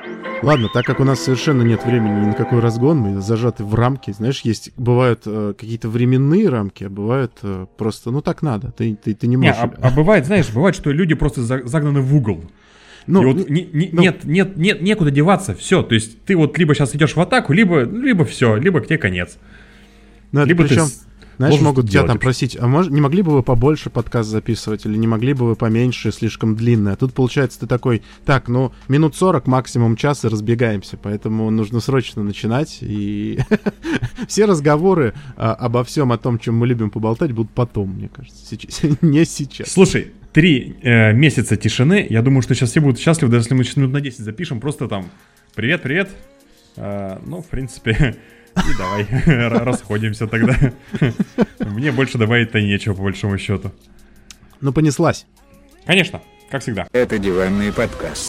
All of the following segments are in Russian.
Ладно, так как у нас совершенно нет времени ни на какой разгон, мы зажаты в рамки. Знаешь, бывают какие-то временные рамки, а бывают просто, ну так надо, ты не можешь... Бывает, знаешь, что люди просто загнаны в угол. Ну, и вот нет, некуда деваться, все. То есть ты вот либо сейчас идешь в атаку, либо все, либо к тебе конец. Ну, это либо причем, знаешь, могут тебя там типа. просить, не могли бы вы побольше подкаст записывать, или не могли бы вы поменьше, слишком длинное. А тут, получается, ты такой, так, ну, минут 40, максимум час, и разбегаемся, поэтому нужно срочно начинать, и все разговоры обо всем, о том, чем мы любим поболтать, будут потом, мне кажется, не сейчас. Слушай, 3 месяца тишины, я думаю, что сейчас все будут счастливы, даже если мы сейчас минут на 10 запишем, просто там, привет, ну, в принципе... И давай расходимся тогда. Мне больше добавить-то нечего, по большому счету. Ну, понеслась. Конечно, как всегда. Это диванный подкаст.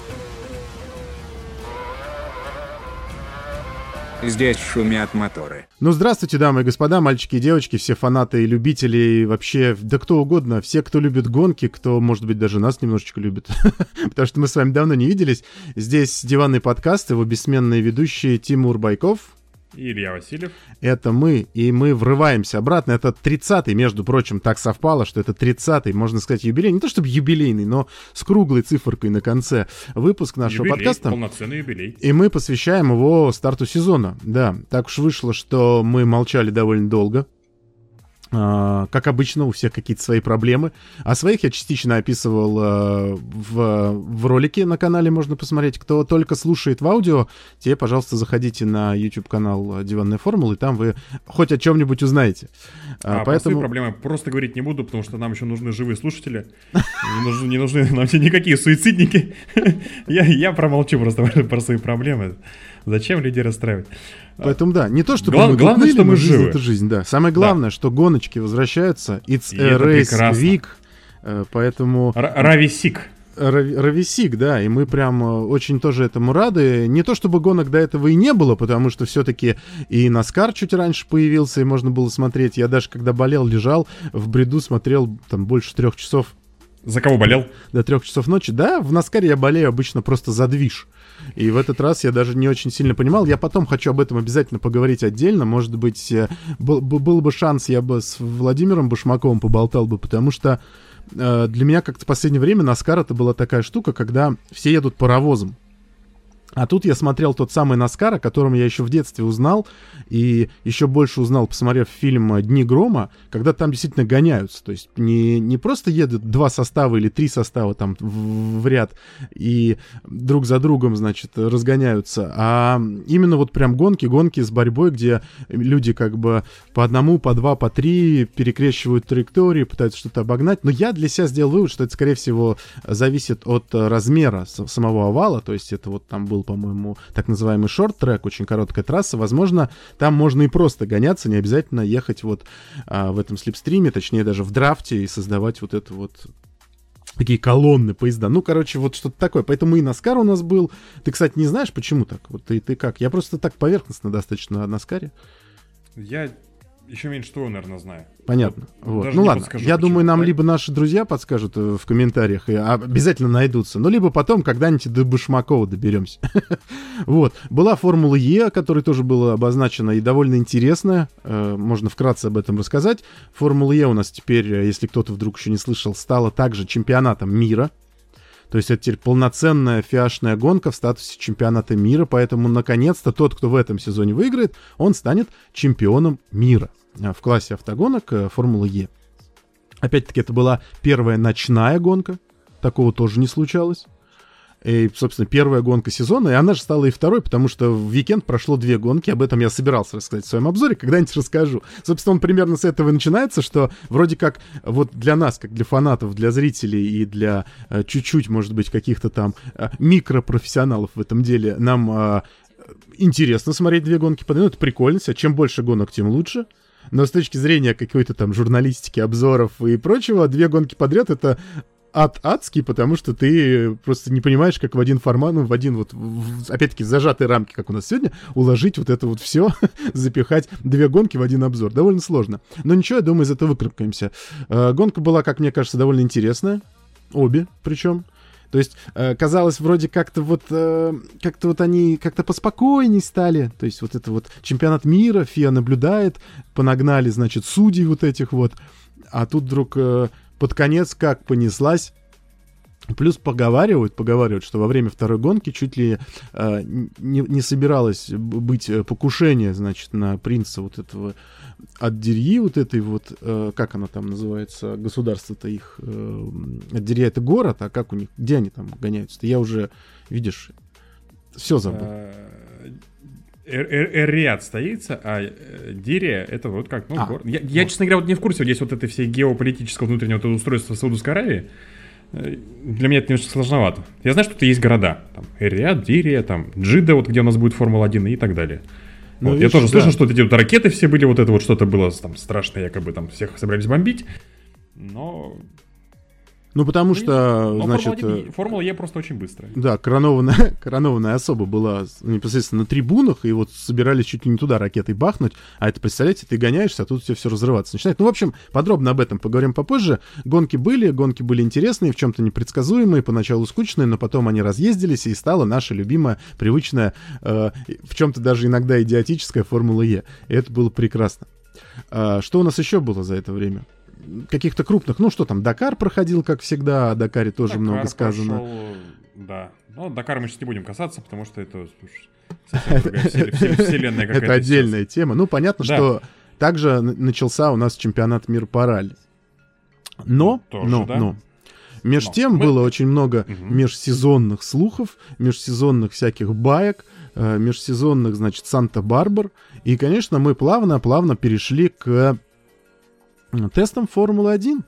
Здесь шумят моторы. Ну, здравствуйте, дамы и господа, мальчики и девочки, все фанаты и любители, вообще, да кто угодно, все, кто любит гонки, кто, может быть, даже нас немножечко любит, потому что мы с вами давно не виделись. Здесь диванный подкаст, его бессменные ведущие Тимур Байков. И Илья Васильев. Это мы, и мы врываемся обратно. Это 30-й, между прочим, так совпало, что это 30-й, можно сказать, юбилей. Не то чтобы юбилейный, но с круглой циферкой на конце выпуск нашего подкаста. Полноценный юбилей. И мы посвящаем его старту сезона. Да, так уж вышло, что мы молчали довольно долго. Как обычно, у всех какие-то свои проблемы. А своих я частично описывал в ролике на канале, можно посмотреть. Кто только слушает в аудио, те, пожалуйста, заходите на YouTube-канал «Диванная формула», и там вы хоть о чем-нибудь узнаете. Поэтому... Свои проблемы просто говорить не буду, потому что нам еще нужны живые слушатели. Не нужны нам никакие суицидники. Я промолчу просто про свои проблемы. Зачем людей расстраивать? Поэтому да, не то, чтобы главное, что мы живы. Это жизнь, да. Самое главное, что гоночки возвращаются. It's a race week. Поэтому... Рависик. Рависик, да, и мы прям очень тоже этому рады. Не то, чтобы гонок до этого и не было, потому что все-таки и Наскар чуть раньше появился, и можно было смотреть. Я даже, когда болел, лежал, в бреду смотрел там больше 3 часов. За кого болел? До 3 часов ночи. Да, в Наскаре я болею обычно просто за движ. И в этот раз я даже не очень сильно понимал. Я потом хочу об этом обязательно поговорить отдельно. Может быть, был бы шанс, я бы с Владимиром Башмаковым поболтал бы, потому что для меня как-то в последнее время Наскар это была такая штука, когда все едут паровозом. А тут я смотрел тот самый Наскар, о котором я еще в детстве узнал, и еще больше узнал, посмотрев фильм «Дни грома», когда там действительно гоняются. То есть не просто едут 2 состава или 3 состава там в ряд и друг за другом, значит, разгоняются, а именно вот прям гонки с борьбой, где люди как бы по одному, по 2, по 3 перекрещивают траектории, пытаются что-то обогнать. Но я для себя сделал вывод, что это, скорее всего, зависит от размера самого овала, то есть это вот там был, по-моему, так называемый шорт-трек, очень короткая трасса. Возможно, там можно и просто гоняться, не обязательно ехать вот в этом слипстриме, точнее даже в драфте, и создавать вот это вот такие колонны поезда. Ну, короче, вот что-то такое. Поэтому и Наскар у нас был. Ты, кстати, не знаешь, почему так? Вот ты как? Я просто так поверхностно достаточно о Наскаре. Я еще меньше того, наверное, знаю. Понятно. Вот. Ну ладно, я думаю, нам либо наши друзья подскажут в комментариях, и обязательно найдутся, ну либо потом когда-нибудь до Башмакова доберемся. Вот. Была Формула Е, о которой тоже было обозначено, и довольно интересная. Можно вкратце об этом рассказать. Формула Е у нас теперь, если кто-то вдруг еще не слышал, стала также чемпионатом мира. То есть это теперь полноценная фиашная гонка в статусе чемпионата мира, поэтому, наконец-то, тот, кто в этом сезоне выиграет, он станет чемпионом мира в классе автогонок Формулы Е. Опять-таки, это была первая ночная гонка, такого тоже не случалось. И, собственно, первая гонка сезона, и она же стала и второй, потому что в уикенд прошло 2 гонки, об этом я собирался рассказать в своем обзоре, когда-нибудь расскажу. Собственно, он примерно с этого и начинается, что вроде как вот для нас, как для фанатов, для зрителей и для чуть-чуть, может быть, каких-то там микропрофессионалов в этом деле, нам интересно смотреть 2 гонки подряд, это прикольно, чем больше гонок, тем лучше. Но с точки зрения какой-то там журналистики, обзоров и прочего, 2 гонки подряд — это адский, потому что ты просто не понимаешь, как в один формат, ну, в один вот, опять-таки, в зажатые рамки, как у нас сегодня, уложить вот это вот все, запихать 2 гонки в один обзор. Довольно сложно. Но ничего, я думаю, из этого выкарабкаемся. Гонка была, как мне кажется, довольно интересная. Обе, причем. То есть, казалось, вроде как-то вот они как-то поспокойней стали. То есть вот это вот чемпионат мира, ФИА наблюдает, понагнали, значит, судей вот этих вот. А тут вдруг под конец как понеслась. Плюс поговаривают, что во время второй гонки чуть ли не собиралось быть покушение, значит, на принца вот этого Аддерьи, вот этой вот, как она там называется, государство-то их, Аддерья — это город, а как у них, где они там гоняются-то? Я уже, видишь, все забыл. Эр-Рияд столица, а Дирия — это вот как, город. Я, честно говоря, вот не в курсе вот здесь вот этой всей геополитического внутреннего устройства Саудовской Аравии. Для меня это немножко сложновато. Я знаю, что тут есть города. Там Эр-Рияд, Дирия, там Джидда, вот где у нас будет Формула-1 и так далее. Ну, вот. Я тоже слышал, что эти вот ракеты все были, вот это вот что-то было там страшное, якобы там всех собрались бомбить. Но... Ну, потому что, значит... Формула Е просто очень быстрая. Да, коронованная особа была непосредственно на трибунах, и вот собирались чуть ли не туда ракетой бахнуть, а это, представляете, ты гоняешься, а тут все разрываться начинает. Ну, в общем, подробно об этом поговорим попозже. Гонки были интересные, в чем-то непредсказуемые, поначалу скучные, но потом они разъездились, и стала наша любимая, привычная, в чем-то даже иногда идиотическая Формула Е. И это было прекрасно. Что у нас еще было за это время? Каких-то крупных, ну что там, Дакар проходил, как всегда, о Дакаре тоже Дакар много сказано. Прошел, да. Но Дакар мы сейчас не будем касаться, потому что это совсем другая вселенная какая-то. Это отдельная тема. Ну, понятно, что также начался у нас чемпионат мира по ралли. Но, между тем было очень много межсезонных слухов, межсезонных всяких баек, межсезонных, значит, Санта-Барбар. И, конечно, мы плавно перешли к тестом Формулы-1,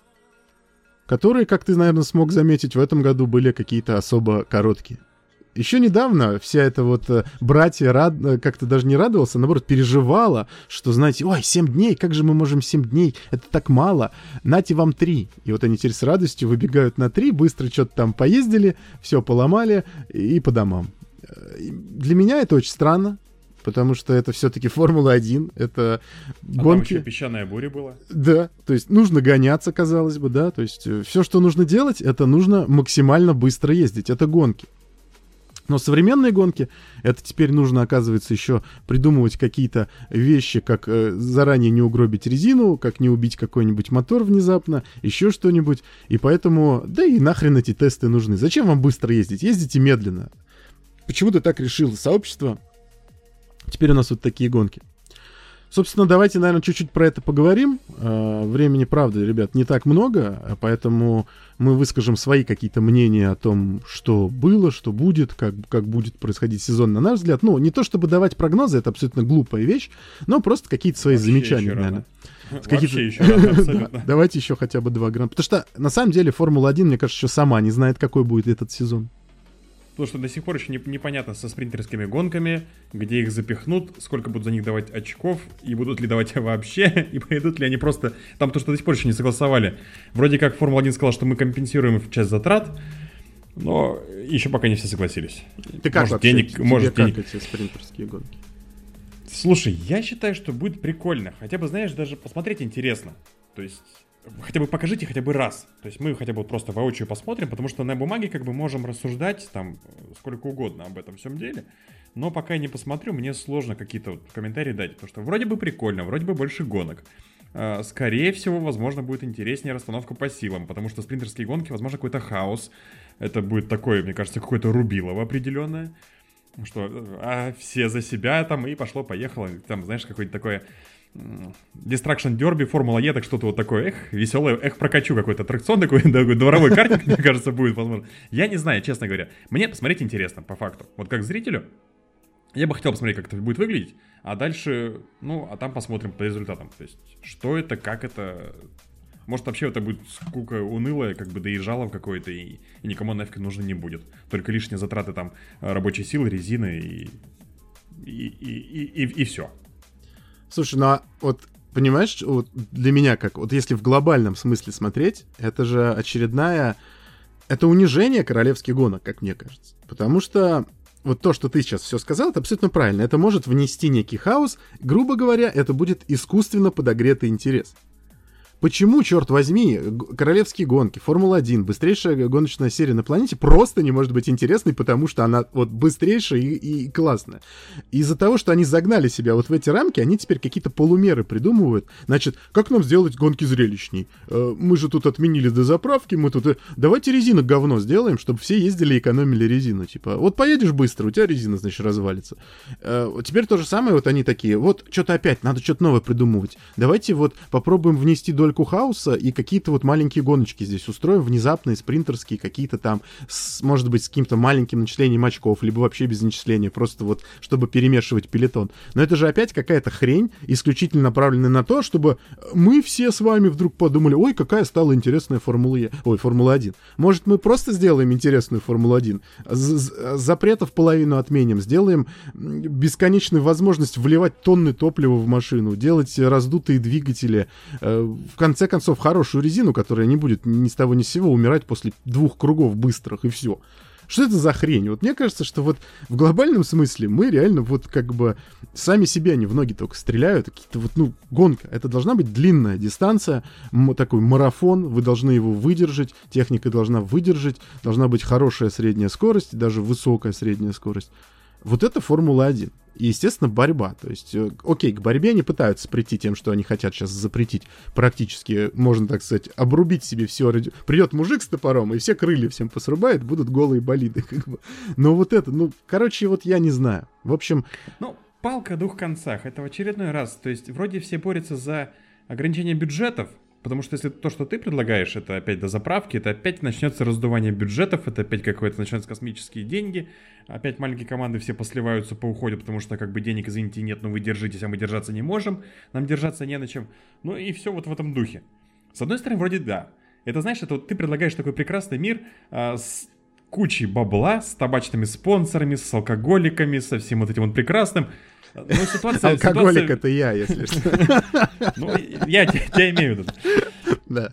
которые, как ты, наверное, смог заметить, в этом году были какие-то особо короткие. Еще недавно вся эта вот братья как-то даже не радовалась, а наоборот переживала, что, знаете, ой, 7 дней, как же мы можем 7 дней, это так мало, нате вам 3. И вот они теперь с радостью выбегают на 3, быстро что-то там поездили, все поломали и по домам. Для меня это очень странно. Потому что это все-таки Формула-1, это гонки. Там еще песчаная буря была. Да, то есть нужно гоняться, казалось бы, да. То есть все, что нужно делать, это нужно максимально быстро ездить. Это гонки. Но современные гонки, это теперь нужно, оказывается, еще придумывать какие-то вещи, как заранее не угробить резину, как не убить какой-нибудь мотор внезапно, еще что-нибудь. И поэтому, да и нахрен эти тесты нужны. Зачем вам быстро ездить? Ездите медленно. Почему-то так решило сообщество. Теперь у нас вот такие гонки. Собственно, давайте, наверное, чуть-чуть про это поговорим. Времени, правда, ребят, не так много, поэтому мы выскажем свои какие-то мнения о том, что было, что будет, как будет происходить сезон, на наш взгляд. Ну, не то чтобы давать прогнозы, это абсолютно глупая вещь, но просто какие-то свои замечания, наверное. Вообще еще рано, абсолютно. Давайте еще хотя бы 2 гран. Потому что, на самом деле, Формула-1, мне кажется, еще сама не знает, какой будет этот сезон. Потому что до сих пор еще непонятно со спринтерскими гонками, где их запихнут, сколько будут за них давать очков, и будут ли давать вообще, и пойдут ли они просто... Там то, что до сих пор еще не согласовали. Вроде как Формула-1 сказала, что мы компенсируем часть затрат, но еще пока не все согласились. Ты как может, денег, может, как эти спринтерские гонки? Слушай, я считаю, что будет прикольно. Хотя бы, знаешь, даже посмотреть интересно. То есть... Хотя бы покажите хотя бы раз. То есть мы хотя бы просто воочию посмотрим, потому что на бумаге как бы можем рассуждать там сколько угодно об этом всем деле. Но пока я не посмотрю, мне сложно какие-то вот комментарии дать. Потому что вроде бы прикольно, вроде бы больше гонок. Скорее всего, возможно, будет интереснее расстановка по силам, потому что спринтерские гонки, возможно, какой-то хаос. Это будет такое, мне кажется, какое-то рубилово определенное. Что все за себя там и пошло-поехало. Там, знаешь, какое-то такое... Distraction Derby, Формула Е, так что-то вот такое, веселое, прокачу какой-то аттракцион, такой дворовой картинг, мне кажется, будет возможно. Я не знаю, честно говоря. Мне посмотреть интересно, по факту. Вот как зрителю, я бы хотел посмотреть, как это будет выглядеть, а дальше, а там посмотрим по результатам. То есть, что это, как это... Может, вообще это будет скука унылая, как бы доезжала какой-то, и никому нафиг нужно не будет. Только лишние затраты там рабочей силы, резины и все. Слушай, вот понимаешь, вот для меня как, вот если в глобальном смысле смотреть, это же это унижение королевских гонок, как мне кажется. Потому что вот то, что ты сейчас все сказал, это абсолютно правильно. Это может внести некий хаос. Грубо говоря, это будет искусственно подогретый интерес. Почему, черт возьми, королевские гонки, Формула-1, быстрейшая гоночная серия на планете просто не может быть интересной, потому что она вот быстрейшая и классная. Из-за того, что они загнали себя вот в эти рамки, они теперь какие-то полумеры придумывают. Значит, как нам сделать гонки зрелищней? Мы же тут отменили дозаправки, мы тут... Давайте резину говно сделаем, чтобы все ездили и экономили резину. Типа, вот поедешь быстро, у тебя резина, значит, развалится. Теперь то же самое, вот они такие, вот что-то опять, надо что-то новое придумывать. Давайте вот попробуем внести дольку хаоса и какие-то вот маленькие гоночки здесь устроим, внезапные, спринтерские, какие-то там, может быть, с каким-то маленьким начислением очков, либо вообще без начисления, просто вот, чтобы перемешивать пелотон. Но это же опять какая-то хрень, исключительно направленная на то, чтобы мы все с вами вдруг подумали, ой, какая стала интересная Формула-1. Может, мы просто сделаем интересную Формулу-1, запретов половину отменим, сделаем бесконечную возможность вливать тонны топлива в машину, делать раздутые двигатели, в конце концов, хорошую резину, которая не будет ни с того ни с сего умирать после 2 кругов быстрых, и все. Что это за хрень? Вот мне кажется, что вот в глобальном смысле мы реально вот как бы сами себя не в ноги только стреляют. Какие-то вот, ну, гонка. Это должна быть длинная дистанция, такой марафон. Вы должны его выдержать, техника должна выдержать, должна быть хорошая средняя скорость, даже высокая средняя скорость. Вот это Формула-1. И, естественно, борьба. То есть, окей, к борьбе они пытаются прийти тем, что они хотят сейчас запретить. Практически, можно так сказать, обрубить себе все. Придет мужик с топором, и все крылья всем посрубает, будут голые болиды. Как бы. Но вот это, ну, короче, вот я не знаю. В общем... Ну, палка о 2 концах. Это в очередной раз. То есть, вроде все борются за ограничение бюджетов, потому что если то, что ты предлагаешь, это опять дозаправки, это опять начнется раздувание бюджетов, это опять какое-то начнется космические деньги, опять маленькие команды все посливаются, поуходят, потому что как бы денег, извините, нет, но вы держитесь, а мы держаться не можем, нам держаться не на чем. Ну и все вот в этом духе. С одной стороны, вроде да. Это, знаешь, это вот ты предлагаешь такой прекрасный мир с кучей бабла, с табачными спонсорами, с алкоголиками, со всем вот этим вот прекрасным. Алкоголик это я, если что. Ну, я тебя имею в виду. Да.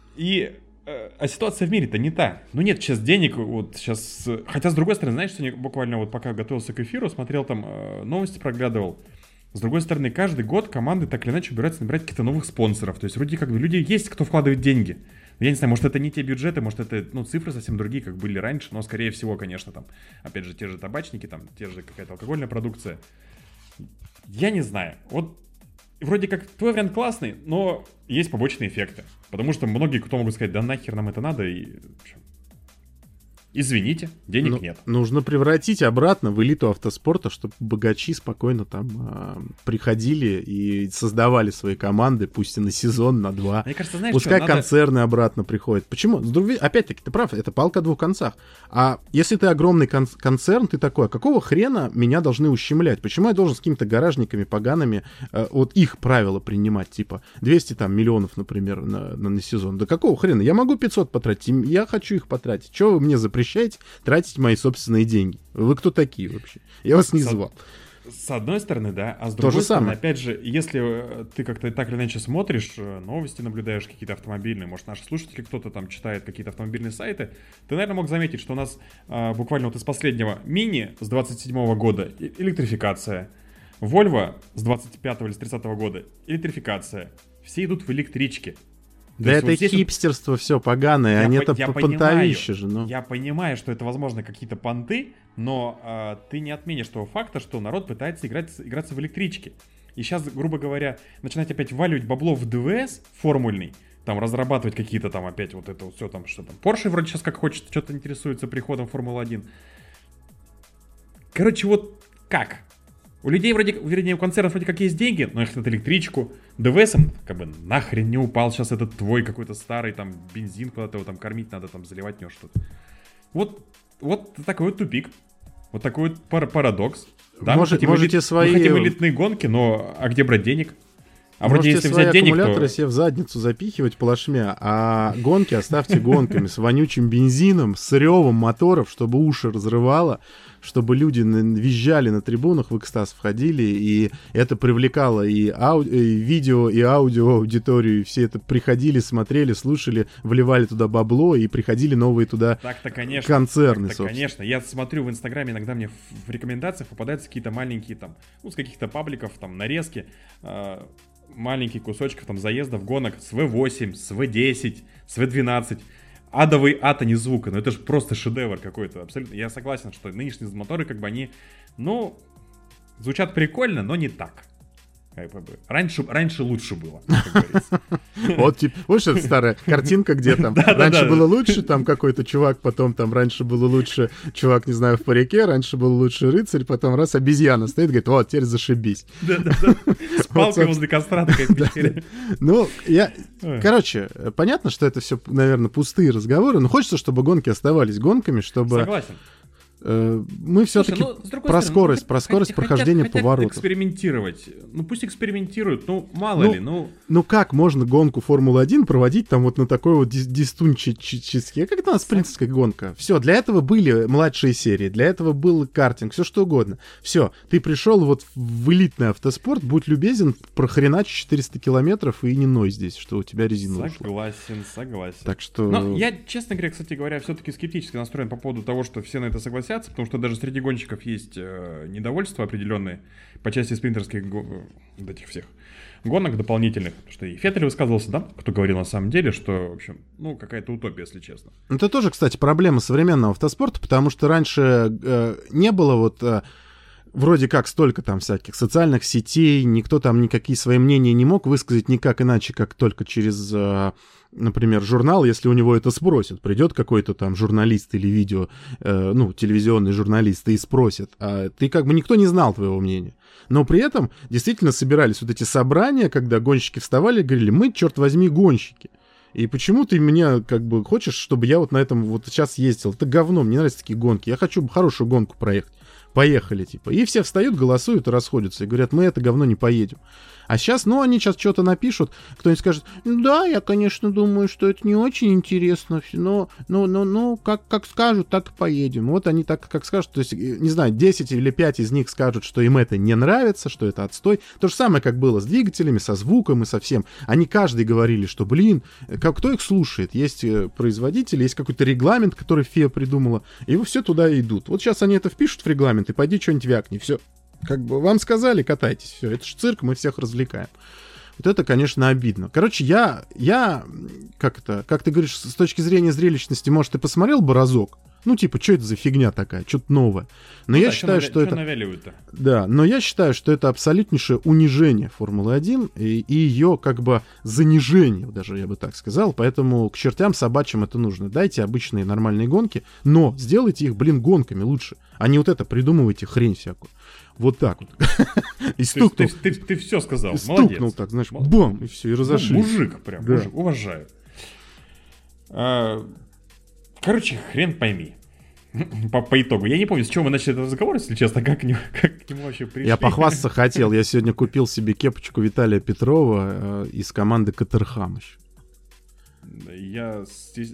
А ситуация в мире-то не та. Ну нет сейчас денег, вот сейчас... Хотя, с другой стороны, знаешь, что буквально вот пока готовился к эфиру, смотрел там, новости проглядывал. С другой стороны, каждый год команды так или иначе убираются набирать каких-то новых спонсоров. То есть вроде как бы люди есть, кто вкладывает деньги. Я не знаю, может это не те бюджеты, может это, ну, цифры совсем другие, как были раньше, но скорее всего, конечно, там, опять же, те же табачники, там, те же какая-то алкогольная продукция. Я не знаю. Вот вроде как твой вариант классный, но есть побочные эффекты. Потому что многие кто могут сказать, да нахер нам это надо, и... Извините, денег нет. Нужно превратить обратно в элиту автоспорта, чтобы богачи спокойно там приходили и создавали свои команды, пусть и на сезон, на 2. Мне кажется, знаешь, пускай что, концерны обратно приходят. Почему? Опять-таки, ты прав, это палка о 2 концах. А если ты огромный концерн, ты такой, а какого хрена меня должны ущемлять? Почему я должен с какими-то гаражниками погаными вот их правила принимать? Типа 200 там миллионов, например, на сезон. Да какого хрена? Я могу 500 потратить, я хочу их потратить. Чего вы мне запрещаете тратить мои собственные деньги? Вы кто такие вообще? Я вас не звал. С одной стороны, да, а с другой стороны, опять же, если ты как-то так или иначе смотришь, новости наблюдаешь какие-то автомобильные, может, наши слушатели кто-то там читает какие-то автомобильные сайты, ты, наверное, мог заметить, что у нас буквально вот из последнего Мини с 27-го года электрификация, Volvo с 25-го или с 30-го года электрификация, все идут в электричке. Да это вот хипстерство все поганое, они это понтовище же. Ну. Я понимаю, что это, возможно, какие-то понты, но ты не отменишь того факта, что народ пытается играться в электричке. И сейчас, грубо говоря, начинать опять вваливать бабло в ДВС формульный, там разрабатывать какие-то там опять вот это вот все там, что там. Porsche вроде сейчас как хочет, что-то интересуется приходом Формулы-1. Короче, вот как? У людей вроде, вернее, у концернов вроде как есть деньги, но их на электричку. ДВСом как бы нахрен не упал сейчас этот твой какой-то старый там бензин, куда-то его там кормить надо, там заливать в него что-то. Вот такой вот тупик. Вот такой вот парадокс. Да, можете мы хотим элитные гонки, но а где брать денег? А вроде если взять денег, аккумуляторы себе в задницу запихивать плашмя, а гонки оставьте гонками с вонючим бензином, с ревом моторов, чтобы уши разрывало, чтобы люди визжали на трибунах, в экстаз входили, и это привлекало и видео, и аудио аудиторию, и все это приходили, смотрели, слушали, вливали туда бабло, и приходили новые туда концерны. Так-то, конечно. Я смотрю в Инстаграме, иногда мне в рекомендациях попадаются какие-то маленькие там, ну, с каких-то пабликов, там, нарезки, маленьких кусочков там заездов, гонок с V8, с V10, с V12. Адовый ад, а не звука. Но это же просто шедевр какой-то. Абсолютно. Я согласен, что нынешние моторы, как бы они, ну, звучат прикольно, но не так. Раньше лучше было, как говорится. Вот, типа, вот эта старая картинка, где там раньше было лучше, там какой-то чувак, потом там раньше было лучше чувак, не знаю, в парике, раньше был лучше рыцарь, потом раз обезьяна стоит, говорит, вот, теперь зашибись. Да-да-да, с палкой возле костра такая пещера. Ну, короче, понятно, что это все, наверное, пустые разговоры, но хочется, чтобы гонки оставались гонками, чтобы... Согласен. Мы все-таки про скорость прохождения поворотов. Экспериментировать. Ну пусть экспериментируют, ну мало ли, Ну как можно гонку Формулы-1 проводить там вот на такой вот дистунчический? Как это у нас принципская гонка? Все, для этого были младшие серии, для этого был картинг, все что угодно. Все, ты пришел вот в элитный автоспорт, будь любезен, прохреначь 400 километров и не ной здесь, что у тебя резина ушла. Согласен. Так что... Но я, честно говоря, кстати говоря, все-таки скептически настроен по поводу того, что все на это согласятся. Потому что даже среди гонщиков есть недовольство определенное по части спринтерских этих всех гонок дополнительных. Потому что и Феттель высказывался, да, кто говорил на самом деле, что, в общем, ну, какая-то утопия, если честно. Это тоже, кстати, проблема современного автоспорта, потому что раньше не было вот... Вроде как столько там всяких социальных сетей, никто там никакие свои мнения не мог высказать никак иначе, как только через, например, журнал, если у него это спросят. Придет какой-то там журналист или видео, телевизионный журналист и спросит, а ты как бы никто не знал твоего мнения. Но при этом действительно собирались вот эти собрания, когда гонщики вставали и говорили, мы, черт возьми, гонщики. И почему ты меня как бы хочешь, чтобы я вот на этом вот сейчас ездил? Это говно, мне нравятся такие гонки, я хочу хорошую гонку проехать. Поехали, типа. И все встают, голосуют и расходятся. И говорят, мы это говно не поедем. А сейчас, они сейчас что-то напишут. Кто-нибудь скажет, да, я, конечно, думаю, что это не очень интересно. Но как скажут, так и поедем. Вот они так, как скажут. То есть, не знаю, 10 или 5 из них скажут, что им это не нравится, что это отстой. То же самое, как было с двигателями, со звуком и со всем. Они каждый говорили, что, кто их слушает? Есть производители, есть какой-то регламент, который ФИА придумала. И все туда идут. Вот сейчас они это впишут в регламент, и пойди что-нибудь вякни. Все. Как бы вам сказали, катайтесь, все, это же цирк, мы всех развлекаем. Вот это, конечно, обидно. Короче, как ты говоришь, с точки зрения зрелищности, может, ты посмотрел бы разок? Ну, типа, что это за фигня такая, что-то новое. Но я считаю, что это... Да, но я считаю, что это абсолютнейшее унижение Формулы-1 и ее, как бы, занижение, даже я бы так сказал. Поэтому к чертям собачьим это нужно. Дайте обычные нормальные гонки, но сделайте их, гонками лучше. А не вот это, придумывайте хрень всякую. Вот так вот. И стукнул. Ты все сказал, молодец. Стукнул так, знаешь, бам, и все, и разошлись. Мужик прям, да. Мужик, уважаю. Короче, хрен пойми. По итогу. Я не помню, с чего мы начали этот разговор, если честно, как к нему вообще пришли. Я похвастаться хотел. Я сегодня купил себе кепочку Виталия Петрова из команды Катерхам еще. Я...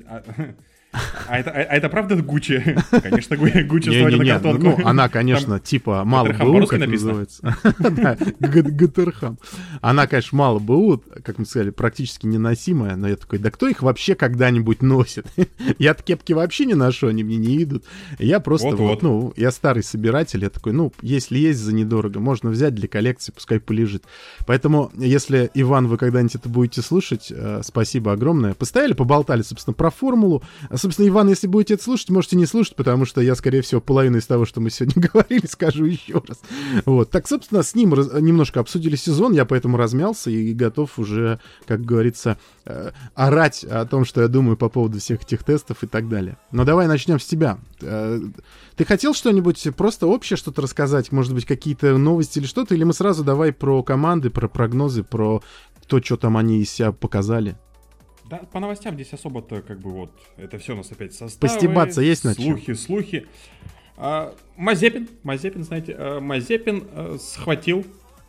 А это правда Гуччи? Конечно, Гуччи ставили на картонку. Ну, она, конечно, типа мало БУ, как называется. Да, Гатерхам. Она, конечно, мало БУ, как мы сказали, практически неносимая, но я такой, да кто их вообще когда-нибудь носит? Я-то кепки вообще не ношу, они мне не идут. Я просто я старый собиратель, я такой, если есть за недорого, можно взять для коллекции, пускай полежит. Поэтому, если, Иван, вы когда-нибудь это будете слушать, спасибо огромное. Постояли, поболтали, собственно, про формулу. Собственно, Иван, если будете это слушать, можете не слушать, потому что я, скорее всего, половину из того, что мы сегодня говорили, скажу еще раз. Вот. Так, собственно, с ним немножко обсудили сезон, я поэтому размялся и готов уже, как говорится, орать о том, что я думаю по поводу всех этих тестов и так далее. Но давай начнем с тебя. Ты хотел что-нибудь, просто общее что-то рассказать, может быть, какие-то новости или что-то, или мы сразу давай про команды, про прогнозы, про то, что там они из себя показали? Да, по новостям здесь особо-то, как бы, вот, это все у нас опять составы. Постебаться есть на чем? Слухи. Мазепин, знаете, Мазепин схватил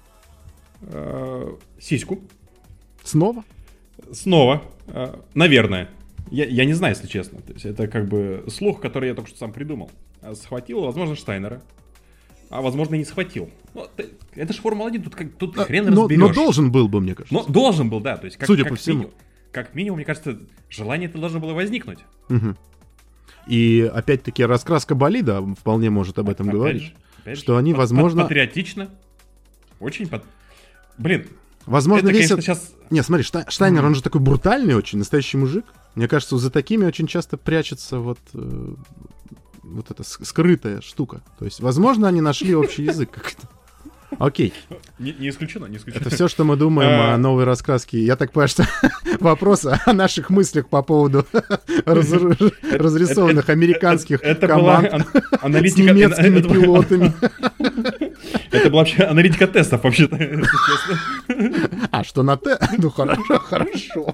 сиську. Снова? Снова, наверное. Я не знаю, если честно. То есть это как бы слух, который я только что сам придумал. Схватил, возможно, Штайнера. А возможно, и не схватил. Это же Формула-1, тут хрен разберешь. Но должен был бы, мне кажется. Но должен был, да. То есть, судя по всему. Как минимум, мне кажется, желание это должно было возникнуть. Угу. И опять-таки раскраска болида вполне может об этом говорить. Опять же, что они, возможно... Патриотично. Очень Блин. Возможно, это, весь... конечно, сейчас... Не, смотри, Штайнер, он же такой брутальный очень, настоящий мужик. Мне кажется, за такими очень часто прячется вот эта скрытая штука. То есть, возможно, они нашли общий язык как-то. Окей. Не исключено, не исключено. Это все, что мы думаем о новой раскраске. Я так понимаю, что вопрос о наших мыслях по поводу разрисованных американских команд с немецкими пилотами. Это была вообще аналитика тестов, вообще-то, если честно. А, что на Т? Ну, хорошо.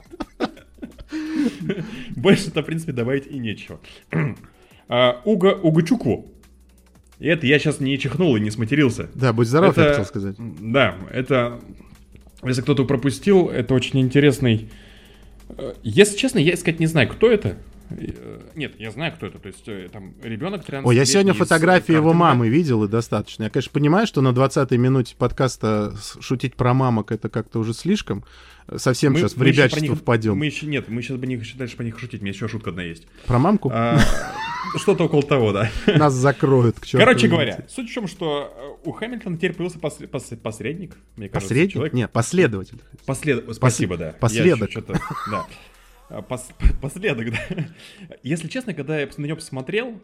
Больше-то, в принципе, добавить и нечего. Уга Угачукву. И это я сейчас не чихнул и не сматерился. Да, будь здоров, я хотел сказать. Да, это... Если кто-то пропустил, это очень интересный... Если честно, я искать не знаю, кто это. Нет, я знаю, кто это. То есть там ребенок 13 лет. Ой, я сегодня фотографии его мамы видел, и достаточно. Я, конечно, понимаю, что на 20-й минуте подкаста шутить про мамок это как-то уже слишком. Совсем сейчас в ребячество впадем. Мы сейчас бы дальше по них шутить. У меня еще шутка одна есть. Про мамку? Что-то около того, да. Нас закроют, к черту. Короче говоря, суть в чем, что у Хэмилтона теперь появился посредник, мне кажется. Посредник? Человек... Нет, последователь. Спасибо, да. Последок. Последок, да. Если честно, когда я на него посмотрел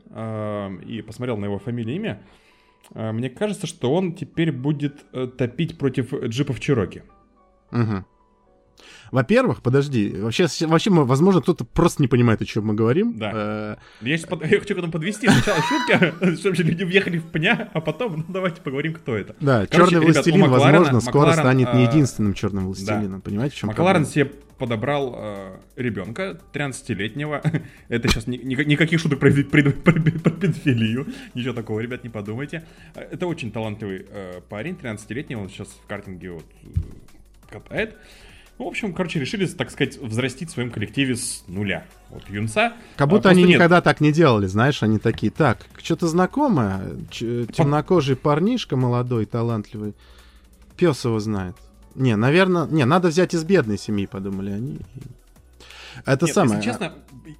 и посмотрел на его фамилию и имя, мне кажется, что он теперь будет топить против джипов Чироки. Угу. Во-первых, подожди, вообще, возможно, кто-то просто не понимает, о чем мы говорим. Да. Я хочу к этому подвести. Сначала шутка, чтобы люди въехали в пня, а потом, давайте поговорим, кто это. Да, черный властелин, возможно, скоро станет не единственным черным властелином. Понимаете, в чем Макларен себе подобрал ребенка 13-летнего. Это сейчас никаких шуток про педофилию. Ничего такого, ребят, не подумайте. Это очень талантливый парень, 13-летний, он сейчас в картинге вот катает. В общем, решили, так сказать, взрастить в своем коллективе с нуля. Вот юнца. Как будто они никогда так не делали, знаешь, они такие, так, что-то знакомое, темнокожий парнишка молодой, талантливый, пес его знает. Не, наверное, надо взять из бедной семьи, подумали они. Это самое. Если честно,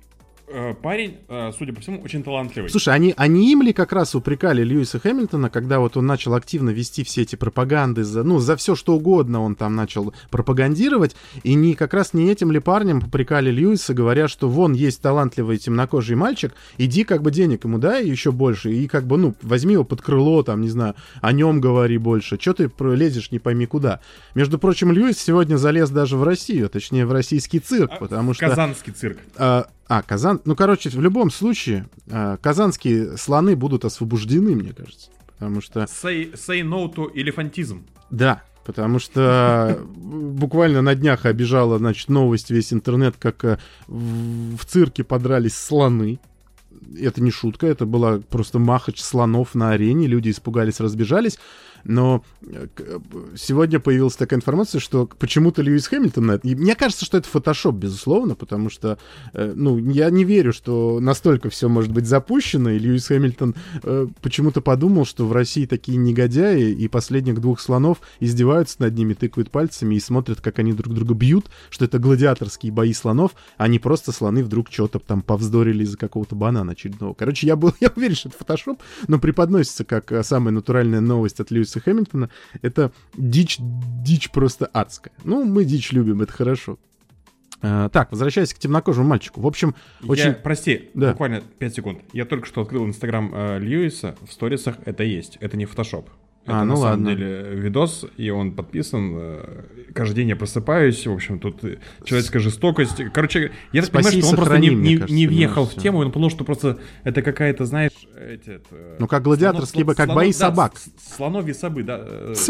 парень, судя по всему, очень талантливый. Слушай, они им ли как раз упрекали Льюиса Хэмилтона, когда вот он начал активно вести все эти пропаганды за все что угодно он там начал пропагандировать, и как раз не этим ли парнем упрекали Льюиса, говоря, что вон есть талантливый темнокожий мальчик, иди как бы денег ему дай еще больше, и как бы, возьми его под крыло, там, не знаю, о нем говори больше, что ты лезешь не пойми куда. Между прочим, Льюис сегодня залез даже в Россию, точнее, в российский цирк, потому что... Казанский цирк. Казан... в любом случае, казанские слоны будут освобождены, мне кажется. Потому что... Say no to элефантизм. Да, потому что буквально на днях обижала, новость весь интернет, как в цирке подрались слоны. Это не шутка, это была просто махач слонов на арене, люди испугались, разбежались. Но сегодня появилась такая информация, что почему-то Льюис Хэмилтон... Мне кажется, что это фотошоп, безусловно, потому что, я не верю, что настолько все может быть запущено, и Льюис Хэмилтон почему-то подумал, что в России такие негодяи, и последних двух слонов издеваются над ними, тыкают пальцами и смотрят, как они друг друга бьют, что это гладиаторские бои слонов, а не просто слоны вдруг что-то там повздорили из-за какого-то банана очередного. Короче, я уверен, что это фотошоп, но преподносится как самая натуральная новость от Льюиса Хэмилтона. Это дичь просто адская. Мы дичь любим, это хорошо. Так, возвращаясь к темнокожему мальчику. В общем, очень... Прости, буквально 5 секунд. Я только что открыл Инстаграм Льюиса. В сторисах это есть. Это не фотошоп. Это на самом деле видос, и он подписан. Каждый день я просыпаюсь. В общем, тут человеческая жестокость. Короче, я так понимаю, что он просто не въехал в тему. Он подумал, что просто это какая-то, знаешь... как гладиаторские бои, как бои собак. Слоновьи собы, да.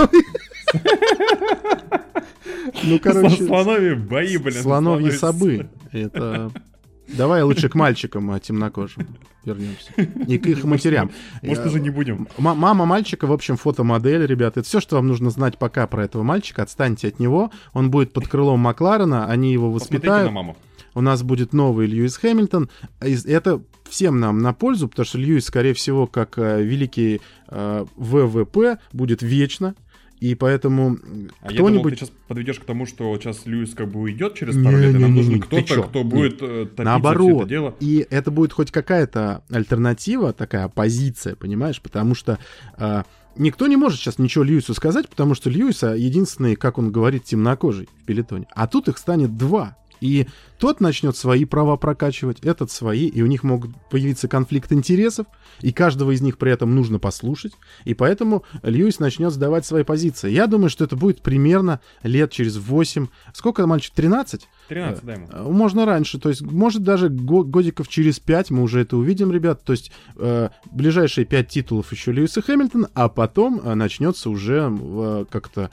Слоновьи бои, блин. Слоновьи собы. Это... Давай лучше к мальчикам темнокожим вернемся. И к их матерям. Может, уже не будем. Мама мальчика, в общем, фотомодель, ребята. Это все, что вам нужно знать пока про этого мальчика. Отстаньте от него. Он будет под крылом Макларена. Они его воспитают. На маму. У нас будет новый Льюис Хэмилтон. Это всем нам на пользу, потому что Льюис, скорее всего, как великий ВВП, будет вечно. И поэтому кто-нибудь... Я думал, ты сейчас подведешь к тому, что сейчас Льюис как бы уйдет через пару лет, и нам нужен кто-то, кто будет топить наоборот, за все это дело. И это будет хоть какая-то альтернатива, такая оппозиция, понимаешь? Потому что никто не может сейчас ничего Льюису сказать, потому что Льюис единственный, как он говорит, темнокожий в пелотоне. А тут их станет 2. И тот начнет свои права прокачивать, этот свои, и у них могут появиться конфликт интересов, и каждого из них при этом нужно послушать, и поэтому Льюис начнет сдавать свои позиции. Я думаю, что это будет примерно лет через 8. Сколько, мальчик, 13? 13, да, ему. Можно раньше, то есть, может, даже годиков через 5 мы уже это увидим, ребят. То есть, ближайшие 5 титулов еще Льюиса Хэмилтона, а потом начнется уже как-то...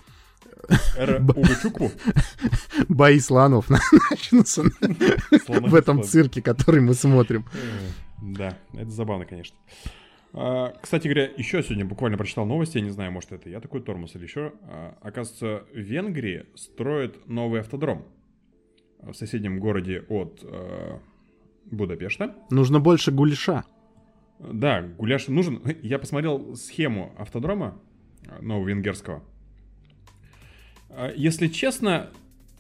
Бои слонов начнутся в этом цирке, который мы смотрим. Да, это забавно, конечно. Кстати говоря, еще сегодня буквально прочитал новости, я не знаю, может это я такой тормоз или еще. Оказывается, в Венгрии строят новый автодром в соседнем городе от Будапешта. Нужно больше гуляша. Да, гуляш нужен. Я посмотрел схему автодрома нового венгерского. Если честно,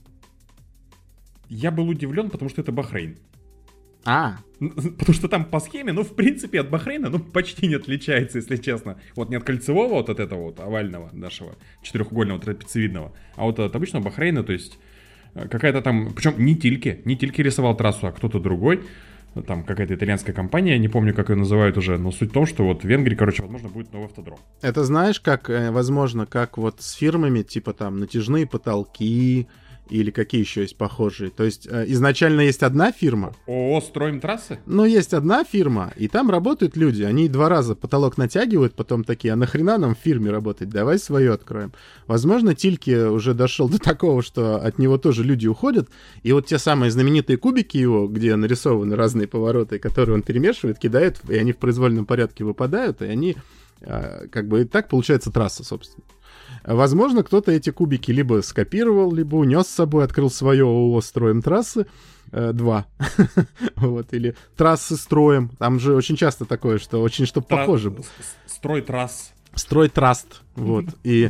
я был удивлен, потому что это Бахрейн. Потому что там по схеме, в принципе, от Бахрейна, почти не отличается, если честно. Вот не от кольцевого, вот от этого вот овального нашего, четырехугольного, трапециевидного, а вот от обычного Бахрейна, то есть какая-то там, причем не Тильки рисовал трассу, а кто-то другой. Там какая-то итальянская компания, не помню, как ее называют уже, но суть в том, что вот в Венгрии, возможно, будет новый автодром. Это знаешь, как, возможно, как вот с фирмами, типа там натяжные потолки или какие еще есть похожие. То есть изначально есть одна фирма. ООО «Строим трассы»? Есть одна фирма, и там работают люди. Они 2 раза потолок натягивают, потом такие, а нахрена нам в фирме работать? Давай свою откроем. Возможно, Тильке уже дошел до такого, что от него тоже люди уходят. И вот те самые знаменитые кубики его, где нарисованы разные повороты, которые он перемешивает, кидает, и они в произвольном порядке выпадают, и они и так получается трасса, собственно. Возможно, кто-то эти кубики либо скопировал, либо унес с собой, открыл свое ООО «Строим трассы» 2. Вот, или «Трассы строим». Там же очень часто такое, что очень что-то похоже было. «Строй трасс». «Строй траст». Вот. И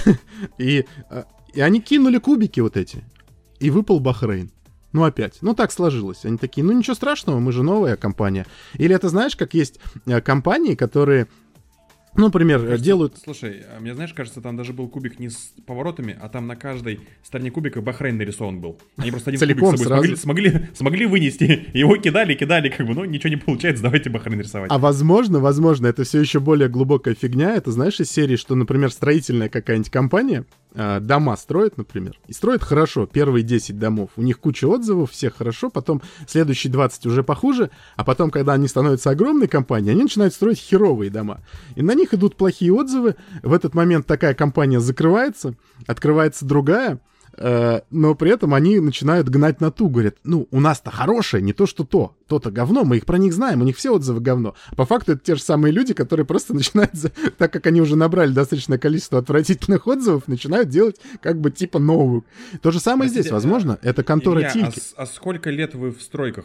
они кинули кубики вот эти. И выпал Бахрейн. Опять. Так сложилось. Они такие, ничего страшного, мы же новая компания. Или это, знаешь, как есть компании, которые... например, делают... Слушай, мне, кажется, там даже был кубик не с поворотами, а там на каждой стороне кубика Бахрейн нарисован был. Они просто один целиком кубик с собой смогли вынести. Его кидали, ничего не получается, давайте Бахрейн рисовать. А возможно, это все еще более глубокая фигня. Это, знаешь, из серии, что, например, строительная какая-нибудь компания дома строит, например, и строит хорошо. Первые 10 домов. У них куча отзывов, всех хорошо, потом следующие 20 уже похуже, а потом, когда они становятся огромной компанией, они начинают строить херовые дома. И на них идут плохие отзывы. В этот момент такая компания закрывается, открывается другая, но при этом они начинают гнать на ту, говорят, у нас-то хорошее, не то что то. То-то говно, мы их про них знаем, у них все отзывы говно. По факту это те же самые люди, которые просто начинают, так как они уже набрали достаточное количество отвратительных отзывов, начинают делать типа новую. То же самое здесь, возможно, это контора Тильки. А сколько лет вы в стройках?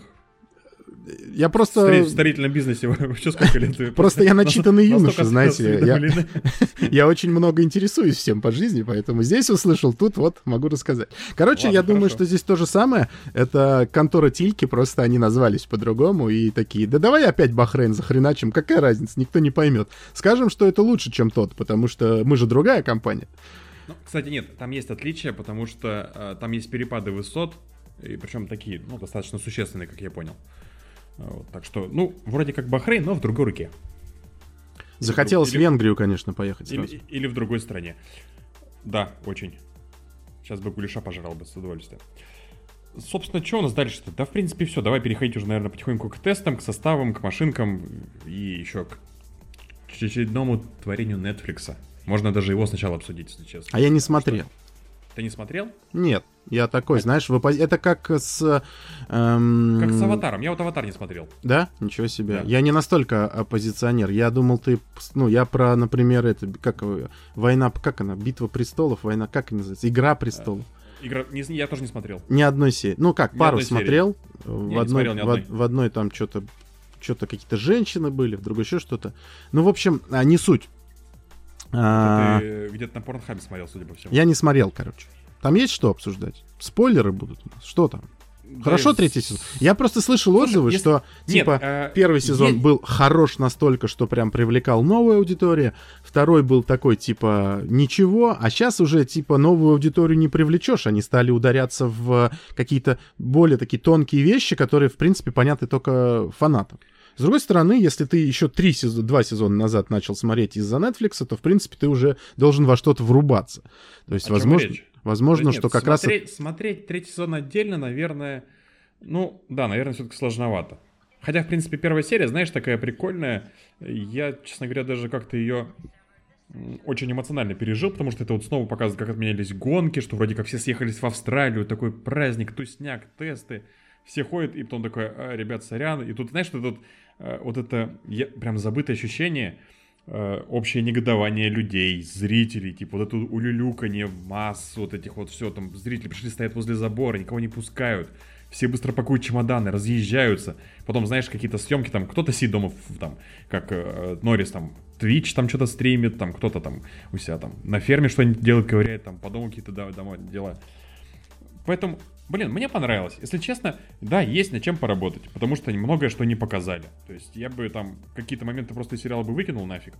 Я просто... В строительном бизнесе вообще сколько лет? Просто я начитанный юноша, знаете. Я очень много интересуюсь всем по жизни, поэтому здесь услышал, тут вот могу рассказать. Короче, я думаю, что здесь то же самое. Это контора Тильки, просто они назвались по-другому и такие, да давай опять Бахрейн захреначим, какая разница, никто не поймет. Скажем, что это лучше, чем тот, потому что мы же другая компания. Кстати, нет, там есть отличия, потому что там есть перепады высот, и причем такие, достаточно существенные, как я понял. Вот, так что, вроде как Бахрейн, но в другой руке. Захотелось в Венгрию, конечно, поехать сразу. Или в другой стране. Да, очень. Сейчас бы гуляша пожрал бы с удовольствием. Собственно, что у нас дальше-то? Да, в принципе, все. Давай переходить уже, наверное, потихоньку к тестам, к составам, к машинкам и еще к очередному творению Netflix. Можно даже его сначала обсудить, если честно. А я не смотрел. Ты не смотрел? Нет, я такой, знаешь, это как с... Как с «Аватаром». Я вот «Аватар» не смотрел. Да? Ничего себе. Да. Я не настолько оппозиционер. Я думал, ты... я про, например, война... Как она? «Битва престолов», война... Как она называется? «Игра престолов». Я тоже не смотрел. Ни одной серии. Пару смотрел. В одной там что-то какие-то женщины были, в другой еще что-то. В общем, не суть. Ты где-то на Порнхабе смотрел, судя по всему. Я не смотрел, короче. Там есть что обсуждать? Спойлеры будут у нас? Что там? Хорошо третий сезон? Я просто слышал отзывы, что типа первый сезон был хорош настолько, что прям привлекал новую аудиторию, второй был такой типа ничего, а сейчас уже типа новую аудиторию не привлечешь, они стали ударяться в какие-то более такие тонкие вещи, которые в принципе понятны только фанатам. С другой стороны, если ты еще 2 сезона назад начал смотреть из-за Netflix, то в принципе ты уже должен во что-то врубаться. То есть возможно, что как раз... Смотреть третий сезон отдельно, наверное... Ну, да, наверное, все-таки сложновато. Хотя, в принципе, первая серия, знаешь, такая прикольная. Я, честно говоря, даже как-то ее очень эмоционально пережил, потому что это вот снова показывает, как отменялись гонки, что вроде как все съехались в Австралию, такой праздник, тусняк, тесты. Все ходят, и потом такой, ребят, сорян. И тут, знаешь, вот это прям забытое ощущение... общее негодование людей, зрителей, типа вот это улюлюканье, массу вот этих вот все, там зрители пришли, стоят возле забора, никого не пускают, все быстро пакуют чемоданы, разъезжаются, потом, знаешь, какие-то съемки, там, кто-то сидит дома, там, как Норрис, там, Twitch там что-то стримит, там, кто-то там у себя там на ферме что-нибудь делает, ковыряет, там, по дому какие-то дома дела. Поэтому, мне понравилось. Если честно, да, есть над чем поработать, потому что многое что не показали. То есть я бы там какие-то моменты просто из сериала бы выкинул нафиг.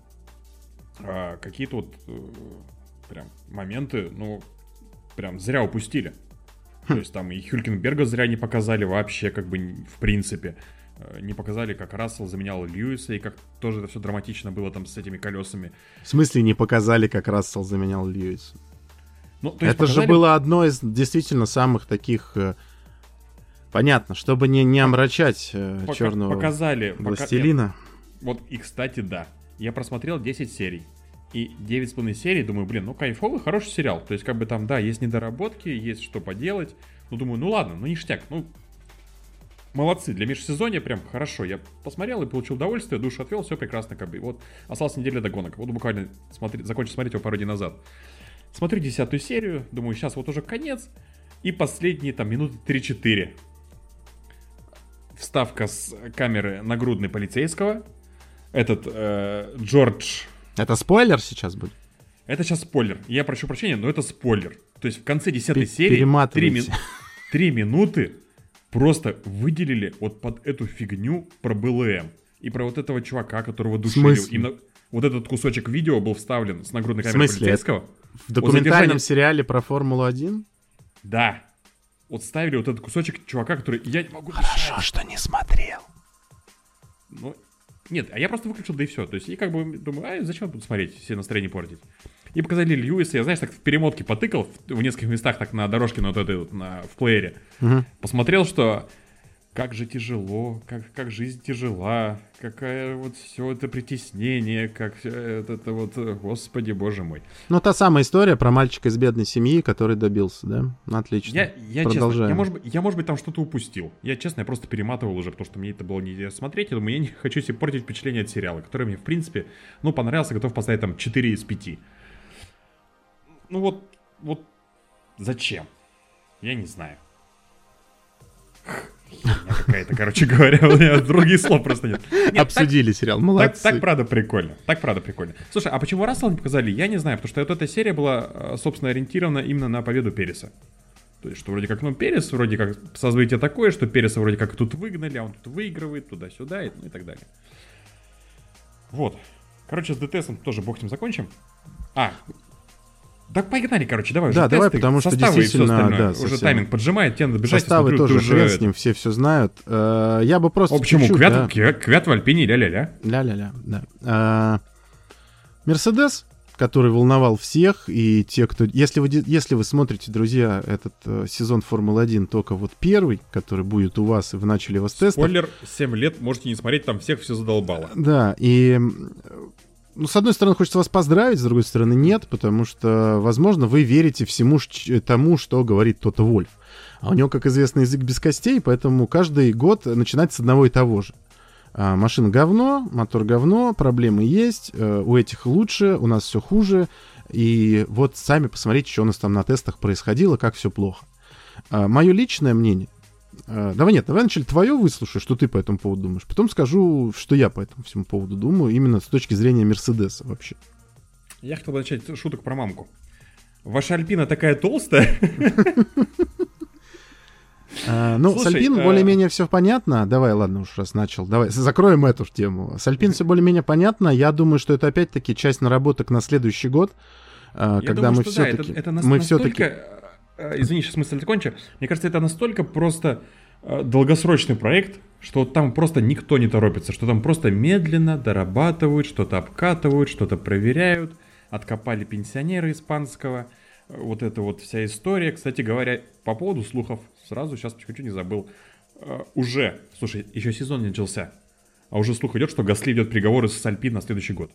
А какие-то вот прям моменты, ну, прям зря упустили. То есть там и Хюлькенберга зря не показали вообще, как бы, в принципе. Не показали, как Рассел заменял Льюиса, и как тоже это все драматично было там с этими колесами. В смысле не показали, как Рассел заменял Льюиса? Ну, то есть это показали... же было одно из действительно самых таких... Понятно, чтобы не омрачать черного властелина. Вот и, кстати, да. Я просмотрел 10 серий. И 9,5 серий, думаю, ну кайфовый, хороший сериал. То есть, как бы там, да, есть недоработки, есть что поделать. Ну, думаю, ну ладно, ну ништяк. Ну, молодцы, для межсезонья прям хорошо. Я посмотрел и получил удовольствие, душу отвел, все прекрасно, как бы. Вот, осталась неделя до гонок. Вот буквально закончил смотреть его пару дней назад. Смотрю 10-ю серию, думаю, сейчас вот уже конец. И последние там минуты 3-4. Вставка с камеры нагрудной полицейского. Этот Джордж... Это спойлер сейчас будет? Это сейчас спойлер. Я прошу прощения, но это спойлер. То есть в конце 10-й серии 3 минуты просто выделили вот под эту фигню про БЛМ. И про вот этого чувака, которого душили. Именно вот этот кусочек видео был вставлен с нагрудной камеры полицейского. В документальном сериале про Формулу-1? Да. Вот ставили вот этот кусочек чувака, который... Я не могу... Хорошо, что не смотрел. Ну, нет, а я просто выключил, да и все. То есть, и как бы думаю, зачем тут смотреть, все настроение портить. И показали Льюиса, я, знаешь, так в перемотке потыкал в нескольких местах так на дорожке на вот этой вот, в плеере. Угу. Посмотрел, что... Как же тяжело, как жизнь тяжела, какая вот все это притеснение, как это вот, господи, боже мой. Ну, та самая история про мальчика из бедной семьи, который добился, да? Отлично. Я честно, я, может быть, там что-то упустил. Я просто перематывал уже, потому что мне это было не смотреть. Я думаю, я не хочу себе портить впечатление от сериала, который мне, в принципе, ну, понравился, готов поставить там 4 из 5. Ну, вот зачем? Я не знаю. Какая-то, короче говоря, у меня других слов просто нет. Обсудили сериал, молодцы. Так правда прикольно. Слушай, а почему Рассела не показали, я не знаю, потому что вот эта серия была, собственно, ориентирована именно на победу Переса. То есть, что вроде как, ну, Перес, вроде как созвытие такое, что Переса вроде как тут выгнали, а он тут выигрывает, туда-сюда, и так далее. Вот. Короче, с ДТСом тоже бог с ним закончим. Так погнали, короче, давай уже. Да, давай, потому что действительно, да, уже тайминг поджимает, тебе надо бежать. Составы тоже хрен с ним, все знают. Я бы просто... Почему? Квят в Альпине, ля-ля-ля. Ля-ля-ля, да. Мерседес, который волновал всех, и те, кто... Если вы смотрите, друзья, этот сезон Формулы-1, только вот первый, который будет у вас, и вы начали его с тестов... Спойлер, 7 лет, можете не смотреть, там всех все задолбало. Да, и... Ну, с одной стороны, хочется вас поздравить, с другой стороны, нет, потому что, возможно, вы верите всему тому, что говорит Тото Вольфф. А у него, как известно, язык без костей, поэтому каждый год начинать с одного и того же. Машина говно, мотор говно, проблемы есть, у этих лучше, у нас все хуже. И вот сами посмотрите, что у нас там на тестах происходило, как все плохо. Мое личное мнение. Давай вначале твое выслушаю, что ты по этому поводу думаешь. Потом скажу, что я по этому всему поводу думаю, именно с точки зрения Мерседеса вообще. Я хотел бы начать с шуток про мамку. Ваша Альпина такая толстая? Ну, с Альпин более-менее все понятно. Давай, ладно, уж раз начал. Давай, закроем эту тему. С Альпин все более-менее понятно. Я думаю, что это опять-таки часть наработок на следующий год, когда мы все-таки... Это настолько... Извини, сейчас мысль закончу. Мне кажется, это настолько просто долгосрочный проект, что там просто никто не торопится, что там просто медленно дорабатывают, что-то обкатывают, что-то проверяют. Откопали пенсионера испанского. Вот эта вот вся история. Кстати говоря, по поводу слухов, сразу сейчас чуть-чуть не забыл. Уже, слушай, еще сезон не начался, а уже слух идет, что Гасли идет переговоры с Альпин на следующий год.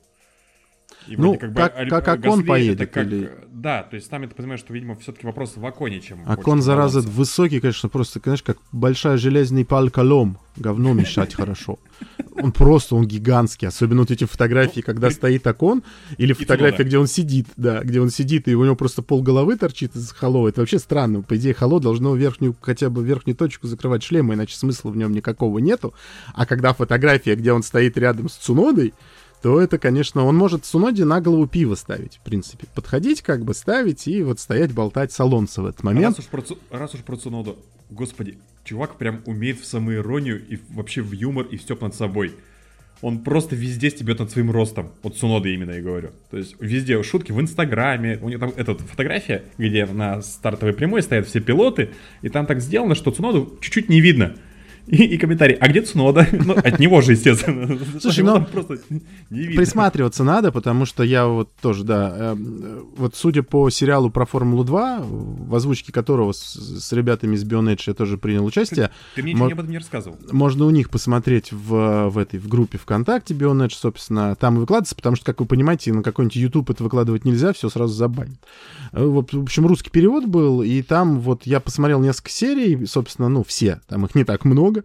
И ну, как Окон поедет? Или... Да, то есть там ты понимаешь, что, видимо, все-таки вопрос в Оконе, чем... Окон, зараза, высокий, конечно, просто, знаешь, как большая железный палколом. Говно мешать хорошо. Он гигантский. Особенно вот эти фотографии, когда стоит Окон, или фотография, где он сидит, да, где он сидит, и у него просто полголовы торчит из Хало. Это вообще странно. По идее, Хало должно хотя бы верхнюю точку закрывать шлема, иначе смысла в нем никакого нету. А когда фотография, где он стоит рядом с Цунодой, то это, конечно, он может Цуноде на голову пиво ставить, в принципе. Подходить, как бы ставить и вот стоять, болтать с Алонсо в этот момент. Раз уж про Цуноду, господи, чувак прям умеет в самоиронию и вообще в юмор и стёб над собой. Он просто везде стебет над своим ростом. Вот Цунода именно я говорю. То есть везде шутки в Инстаграме. У него там эта фотография, где на стартовой прямой стоят все пилоты, и там так сделано, что Цуноду чуть-чуть не видно. И комментарий, а где Цунода? Ну, от него же, естественно. Слушай, ну, просто не видно. Присматриваться надо, потому что я вот тоже, да, вот судя по сериалу про Формулу-2, в озвучке которого с ребятами из Bionedge я тоже принял участие. Ты мне ничего об этом не рассказывал. Можно у них посмотреть в группе ВКонтакте Bionedge, собственно, там и выкладывается, потому что, как вы понимаете, на какой-нибудь YouTube это выкладывать нельзя, все сразу забанят. Вот, в общем, русский перевод был, и там вот я посмотрел несколько серий, собственно, ну, все, там их не так много.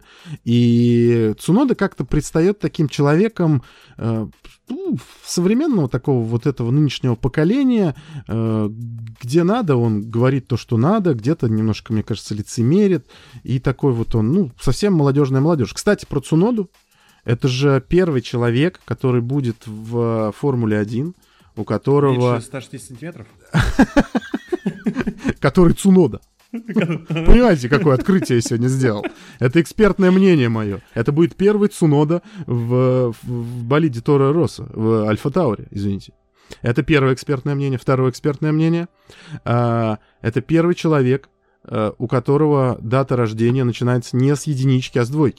И Цунода как-то предстает таким человеком современного такого вот этого нынешнего поколения, где надо, он говорит то, что надо, где-то немножко, мне кажется, лицемерит, и такой вот он, ну, совсем молодежная молодежь. Кстати, про Цуноду, это же первый человек, который будет в Формуле-1, у которого... Меньше 160 сантиметров? Который Цунода. Понимаете, какое открытие я сегодня сделал? Это экспертное мнение мое. Это будет первый Цунода в болиде Торо Россо, в Альфа Тауре, извините. Это первое экспертное мнение. Второе экспертное мнение. Это первый человек, у которого дата рождения начинается не с единички, а с двойки.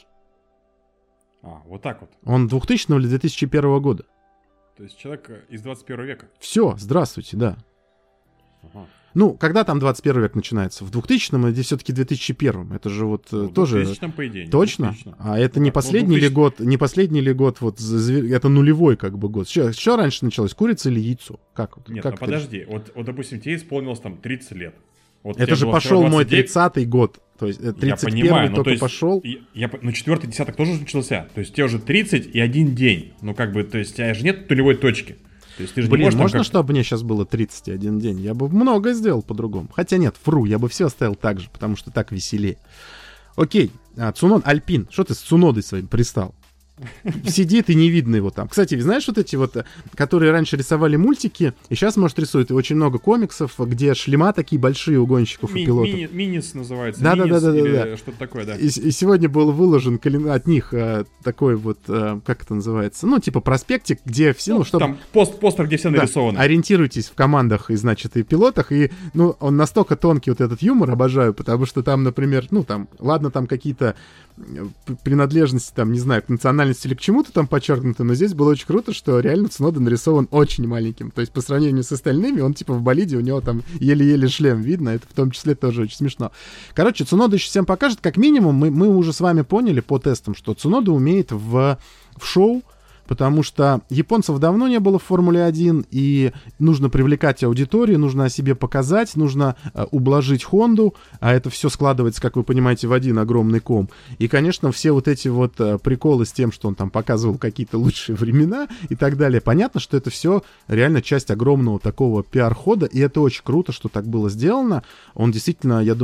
Вот так вот. Он 2000 или 2001 года. То есть человек из 21 века. Все, здравствуйте, да. Ага. Ну, когда там 21 век начинается? В 2000-м или все-таки 2001-м? Это же вот тоже... В 2000-м, по идее. Точно? 2000-м. А это не последний ли год? Не последний ли год? Вот это нулевой как бы год. Что раньше началось? Курица или яйцо? Как? Нет, как подожди. Вот, допустим, тебе исполнилось там 30 лет. Вот это же пошел мой 30-й год. То есть 31-й только есть, пошел. Ну, 4-й десяток тоже начался. То есть тебе уже 30 и один день. Ну, как бы, то есть у тебя же нет нулевой точки. То есть ты же не можешь, можно, чтобы мне сейчас было 31 день? Я бы многое сделал по-другому. Хотя нет, вру, я бы все оставил так же, потому что так веселее. Окей, Цунод, Альпин, что ты с Цунодой своим пристал? Сидит и не видно его там. Кстати, знаешь, вот эти вот, которые раньше рисовали мультики, и сейчас, может, рисуют очень много комиксов, где шлема такие большие у гонщиков и пилотов. Минис называется. Да. Что-то такое, да. И сегодня был выложен от них такой вот, как это называется, ну, типа проспектик, где все... Ну, чтобы... Там постер, где все нарисовано. Ориентируйтесь в командах и, значит, и пилотах, и, ну, он настолько тонкий, вот этот юмор, обожаю, потому что там, например, ну, там, ладно, там какие-то принадлежности, там, не знаю, к национальности или к чему-то там подчеркнуто, но здесь было очень круто, что реально Цунода нарисован очень маленьким. То есть по сравнению с остальными, он типа в болиде, у него там еле-еле шлем видно, это в том числе тоже очень смешно. Короче, Цунода еще всем покажет, как минимум, мы уже с вами поняли по тестам, что Цунода умеет в шоу, потому что японцев давно не было в Формуле-1, и нужно привлекать аудиторию, нужно о себе показать, нужно ублажить Хонду, а это все складывается, как вы понимаете, в один огромный ком. И, конечно, все вот эти вот приколы с тем, что он там показывал какие-то лучшие времена и так далее, понятно, что это все реально часть огромного такого пиар-хода, и это очень круто, что так было сделано. Он действительно, я думаю,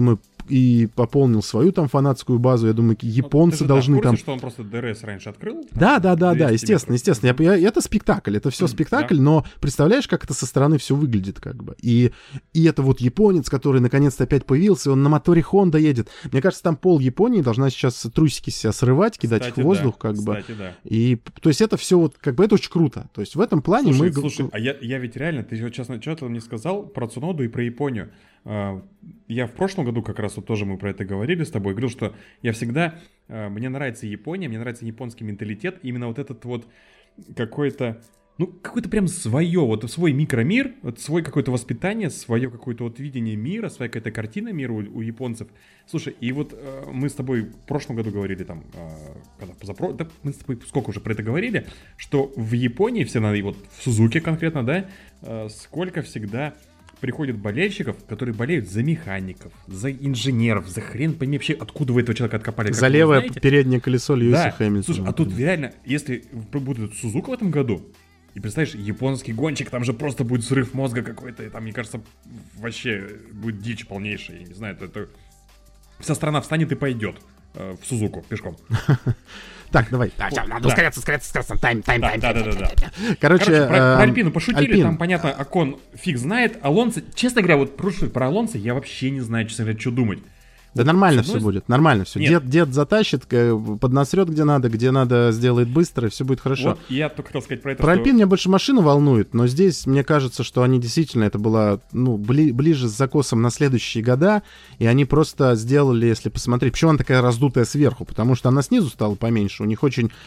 и пополнил свою там фанатскую базу. Я думаю, японцы должны там... что он просто ДРС раньше открыл? Да, естественно. Это спектакль, это все спектакль, но представляешь, как это со стороны все выглядит как бы. И это вот японец, который наконец-то опять появился, он на моторе Honda едет. Мне кажется, там пол Японии должна сейчас трусики себя срывать, кидать их в воздух, как бы. И, то есть это все вот, как бы, это очень круто. То есть в этом плане Слушай, а я ведь реально, ты вот честно, что ты мне сказал про Цуноду и про Японию. Я в прошлом году как раз вот тоже мы про это говорили с тобой, говорил, что я всегда, мне нравится Япония, мне нравится японский менталитет, именно вот этот вот какой-то прям свое, вот свой микромир, вот свой какое-то воспитание, свое какое-то вот видение мира, своя какая-то картина мира у японцев. Слушай, и вот мы с тобой в прошлом году говорили там, да, мы с тобой сколько уже про это говорили, что в Японии все надо, и вот в Сузуке конкретно, да, сколько всегда приходят болельщиков, которые болеют за механиков, за инженеров, за хрен пойми вообще, откуда вы этого человека откопали. За левое переднее колесо Льюиса Хэмилтона. Слушай, а тут реально, если будет Сузука в этом году, и представляешь, японский гонщик, там же просто будет взрыв мозга какой-то, и там, мне кажется, вообще будет дичь полнейшая, я не знаю, это вся страна встанет и пойдет в Сузуку пешком. Так, давай. Надо ускоряться. Тайм. Да. Короче, про Альпину пошутили, там, понятно, Окон фиг знает. Алонсо, честно говоря, вот про Алонсо я вообще не знаю, честно говоря, что думать. Да нормально все будет, нормально все. Дед затащит, поднасрет где надо сделает быстро, и все будет хорошо. Вот я только хотел сказать про это. Про Альпин меня больше машина волнует, но здесь мне кажется, что они действительно, это было ближе с закосом на следующие года, и они просто сделали, если посмотреть, почему она такая раздутая сверху, потому что она снизу стала поменьше, у них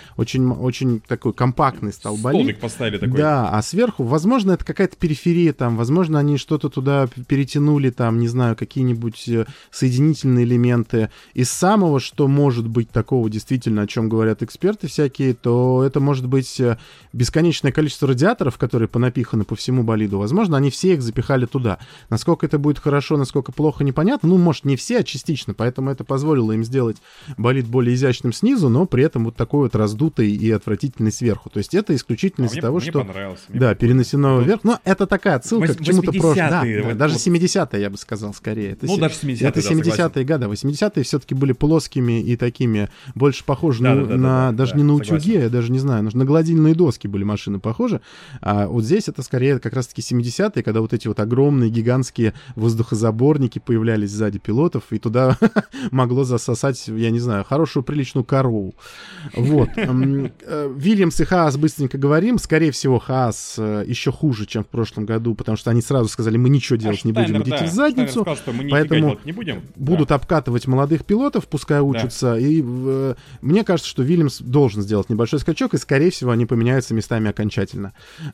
очень такой компактный стал болид. Столбик поставили такой. Да, а сверху, возможно, это какая-то периферия там, возможно, они что-то туда перетянули, там, не знаю, какие-нибудь соединительные элементы. Из самого, что может быть такого действительно, о чем говорят эксперты всякие, то это может быть бесконечное количество радиаторов, которые понапиханы по всему болиду. Возможно, они все их запихали туда. Насколько это будет хорошо, насколько плохо, непонятно. Может, не все, а частично. Поэтому это позволило им сделать болид более изящным снизу, но при этом вот такой вот раздутый и отвратительный сверху. То есть это исключительно из-за того, что... Да, перенесено вверх. Но это такая отсылка к чему-то прошлому. Да, даже 70-е, я бы сказал, скорее. Даже 70-е, это 70-е годы. 80-е все-таки были плоскими и такими, больше похожи даже не на утюги, я даже не знаю, на гладильные доски были машины похожи. А вот здесь это скорее как раз-таки 70-е, когда вот эти вот огромные гигантские воздухозаборники появлялись сзади пилотов, и туда могло засосать, я не знаю, хорошую приличную корову. Вот. Вильямс и Хаас быстренько говорим. Скорее всего, Хаас еще хуже, чем в прошлом году, потому что они сразу сказали, мы ничего делать не будем, идите в задницу. Сказал, что мы поэтому не будем. Будут обкатывать молодых пилотов, пускай учатся. Да. И мне кажется, что Вильямс должен сделать небольшой скачок, и, скорее всего, они поменяются местами окончательно.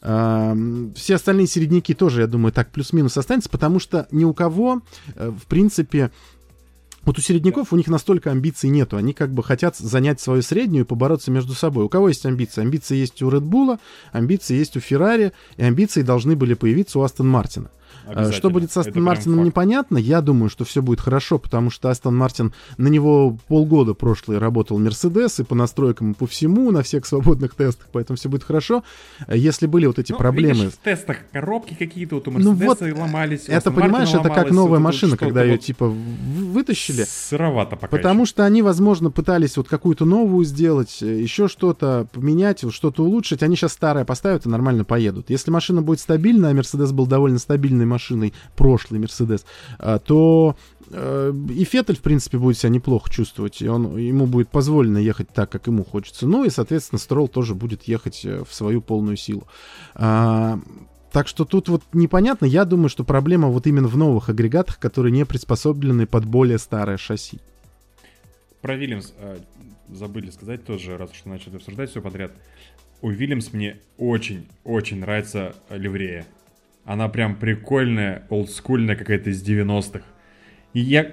Все остальные середняки тоже, я думаю, так плюс-минус останутся, потому что ни у кого, в принципе... Вот у середняков у них настолько амбиций нету. Они как бы хотят занять свою среднюю и побороться между собой. У кого есть амбиции? Амбиции есть у Red Bull, амбиции есть у Ferrari, и амбиции должны были появиться у Астон Мартина. Что будет с Астон Мартином, непонятно. Я думаю, что все будет хорошо, потому что Астон Мартин, на него полгода прошлые работал Мерседес, и по настройкам, и по всему, на всех свободных тестах, поэтому все будет хорошо. Если были вот эти проблемы... Видишь, в тестах коробки какие-то вот у Мерседеса ломались. Это, понимаешь, это как новая машина, когда ее типа вытащили. Сыровато пока потому что они, возможно, пытались вот какую-то новую сделать, еще что-то поменять, что-то улучшить. Они сейчас старое поставят и нормально поедут. Если машина будет стабильна, а Мерседес был довольно стабильной машиной, прошлый Мерседес, то и Феттель, в принципе, будет себя неплохо чувствовать, и ему будет позволено ехать так, как ему хочется. Ну и, соответственно, Стролл тоже будет ехать в свою полную силу. Так что тут вот непонятно. Я думаю, что проблема вот именно в новых агрегатах, которые не приспособлены под более старое шасси. Про Вильямс забыли сказать тоже, раз уж начали обсуждать все подряд. У Вильямс мне очень-очень нравится ливрея. Она прям прикольная, олдскульная какая-то из 90-х. И я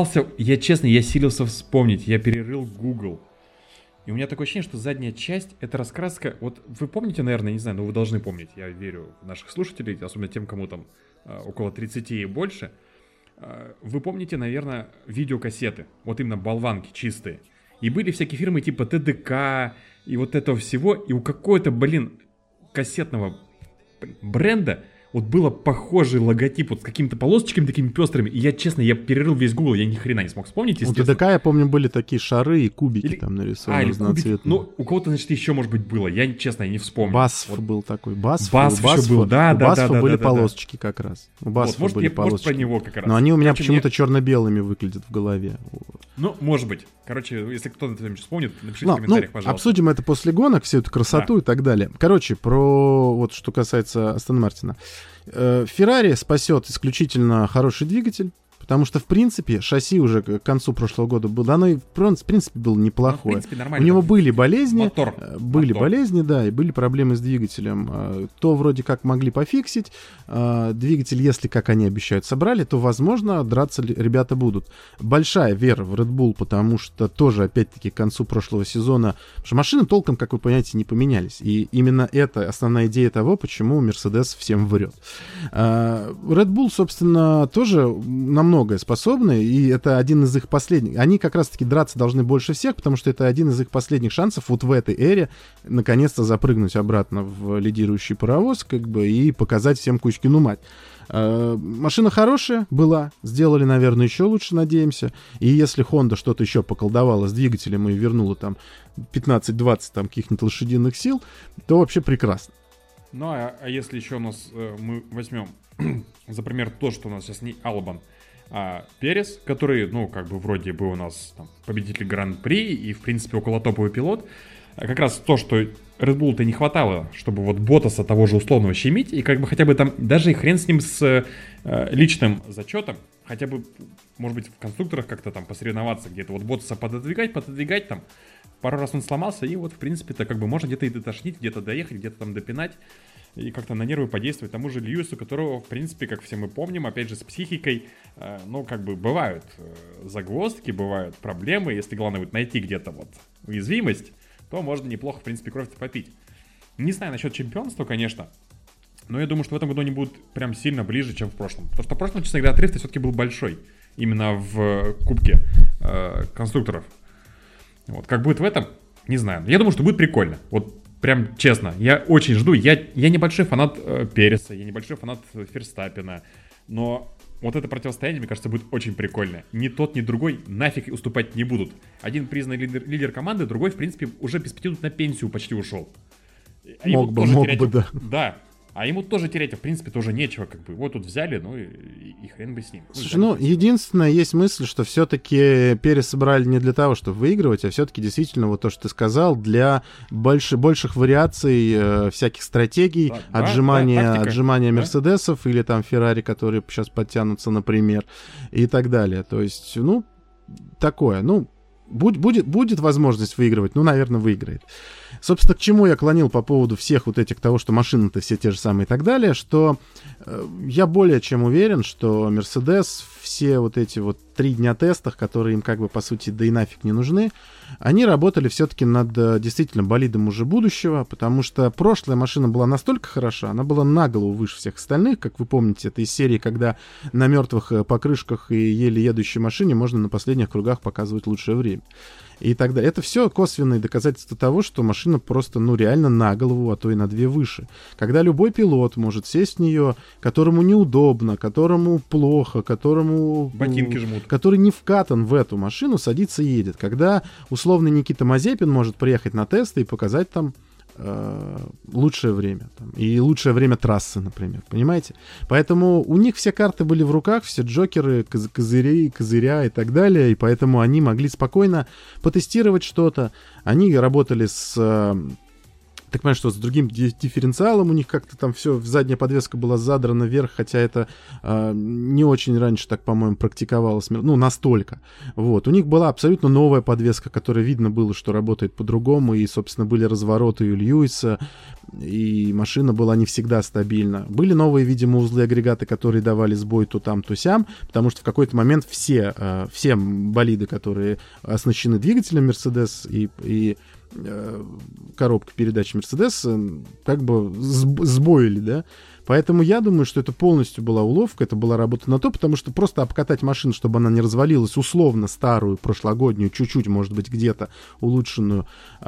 силился вспомнить, я перерыл Google. И у меня такое ощущение, что задняя часть — это раскраска... Вот вы помните, наверное, не знаю, но вы должны помнить, я верю в наших слушателей, особенно тем, кому там около 30 и больше. Вы помните, наверное, видеокассеты, вот именно болванки чистые. И были всякие фирмы типа ТДК и вот этого всего, и у какого-то, кассетного бренда вот было похожий логотип вот с какими-то полосочками такими пестрыми, и я, честно, я перерыл весь Google, я ни хрена не смог вспомнить, естественно. У ТДК, я помню, были такие шары и кубики там нарисованы разноцветные. Ну, у кого-то, значит, еще, может быть, было, я, честно, не вспомню. Басф был такой, Басф еще был, да. У Басфа были полосочки как раз. У Басфа были полосочки. Может, про него как раз. Но они у меня почему-то черно-белыми выглядят в голове. Ну, может быть. Короче, если кто-то это вспомнит, напишите в комментариях, пожалуйста. Обсудим это после гонок, всю эту красоту и так далее. Короче, про вот что касается Астон Мартина. Феррари спасет исключительно хороший двигатель, потому что, в принципе, шасси уже к концу прошлого года было, оно, в принципе, было неплохое. В принципе, у него были болезни, Мотор. болезни, да, и были проблемы с двигателем. То вроде как могли пофиксить. Двигатель, если, как они обещают, собрали, то, возможно, драться ребята будут. Большая вера в Red Bull, потому что тоже, опять-таки, к концу прошлого сезона, потому что машины толком, как вы понимаете, не поменялись. И именно это основная идея того, почему Mercedes всем врет. Red Bull, собственно, тоже многое способны, и это один из их последних. Они как раз-таки драться должны больше всех, потому что это один из их последних шансов вот в этой эре наконец-то запрыгнуть обратно в лидирующий паровоз, как бы, и показать всем кучкину мать. Машина хорошая была, сделали, наверное, еще лучше, надеемся. И если Honda что-то еще поколдовала с двигателем и вернула там 15-20 там каких-нибудь лошадиных сил, то вообще прекрасно. Ну, а если еще у нас мы возьмем за пример то, что у нас сейчас не Албан, а Перес, который, ну, как бы вроде бы у нас там победитель Гран-при и, в принципе, около топовый пилот, как раз то, что Red Bull-то не хватало, чтобы вот Ботаса того же условного щемить, и как бы хотя бы там, даже и хрен с ним с личным зачетом, хотя бы, может быть, в конструкторах как-то там посоревноваться, где-то вот Ботаса пододвигать там, пару раз он сломался, и вот, в принципе-то, как бы можно где-то и дотошнить, где-то доехать, где-то там допинать, и как-то на нервы подействовать тому же Льюису, которого, в принципе, как все мы помним, опять же, с психикой, ну, как бы бывают загвоздки, бывают проблемы, если главное будет найти где-то вот уязвимость, то можно неплохо, в принципе, кровь-то попить. Не знаю насчет чемпионства, конечно, но я думаю, что в этом году они будут прям сильно ближе, чем в прошлом. Потому что в прошлом, честно говоря, отрыв-то все-таки был большой, именно в кубке конструкторов. Вот, как будет в этом, не знаю. Я думаю, что будет прикольно. Вот прям честно, я очень жду. Я небольшой фанат Переса, я небольшой фанат Ферстаппена, но вот это противостояние, мне кажется, будет очень прикольно. Ни тот, ни другой нафиг уступать не будут. Один признанный лидер команды, другой, в принципе, уже без 5 минут на пенсию почти ушел. Мог бы, да. Да. А ему тоже терять, в принципе, тоже нечего, как бы. Вот тут взяли, ну и хрен бы с ним. Слушай, ну, единственное, есть мысль, что все-таки Перес собрали не для того, чтобы выигрывать, а все-таки действительно, вот то, что ты сказал, для больших вариаций всяких стратегий, отжимания Мерседесов или там Феррари, которые сейчас подтянутся, например, и так далее. То есть, ну, такое, ну, будет возможность выигрывать, ну, наверное, выиграет. Собственно, к чему я клонил по поводу всех вот этих того, что машины-то все те же самые и так далее, что я более чем уверен, что Mercedes все вот эти вот 3 дня тестов, которые им как бы по сути да и нафиг не нужны, они работали все-таки над действительно болидом уже будущего, потому что прошлая машина была настолько хороша, она была на голову выше всех остальных, как вы помните, это из серии, когда на мертвых покрышках и еле едущей машине можно на последних кругах показывать лучшее время. И так далее. Это все косвенные доказательства того, что машина просто, ну, реально на голову, а то и на 2 выше. Когда любой пилот может сесть в нее, которому неудобно, которому плохо, которому... Ботинки жмут. Который не вкатан в эту машину, садится и едет. Когда условный Никита Мазепин может приехать на тесты и показать там лучшее время. Там, и лучшее время трассы, например. Понимаете? Поэтому у них все карты были в руках, все джокеры, козыря и так далее. И поэтому они могли спокойно потестировать что-то. Они работали с... Так понимаешь, что с другим дифференциалом у них как-то там все, задняя подвеска была задрана вверх, хотя это не очень раньше так, по-моему, практиковалось, ну, настолько. Вот. У них была абсолютно новая подвеска, которая видно было, что работает по-другому, и, собственно, были развороты у Льюиса, и машина была не всегда стабильна. Были новые, видимо, узлы-агрегаты, которые давали сбой то там, то сям, потому что в какой-то момент все болиды, которые оснащены двигателем Mercedes и коробка передач Mercedes как бы сбоили, да. Поэтому я думаю, что это полностью была уловка, это была работа на то, потому что просто обкатать машину, чтобы она не развалилась, условно старую, прошлогоднюю, чуть-чуть, может быть, где-то улучшенную,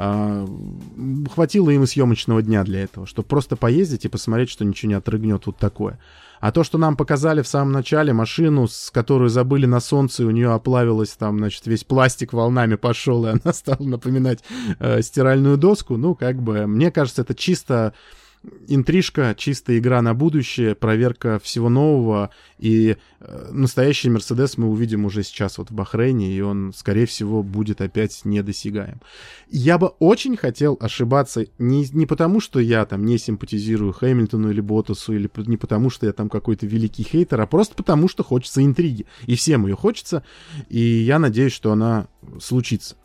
хватило им и съемочного дня для этого, чтобы просто поездить и посмотреть, что ничего не отрыгнет, вот такое. А то, что нам показали в самом начале машину, с которую забыли на солнце, и у нее оплавилось там, значит, весь пластик волнами пошел, и она стала напоминать стиральную доску, ну, как бы, мне кажется, это чисто интрижка, чистая игра на будущее, проверка всего нового, и настоящий Mercedes мы увидим уже сейчас вот в Бахрейне, и он, скорее всего, будет опять недосягаем. Я бы очень хотел ошибаться не потому, что я там не симпатизирую Хэмилтону или Боттасу, или не потому, что я там какой-то великий хейтер, а просто потому, что хочется интриги. И всем ее хочется, и я надеюсь, что она случится.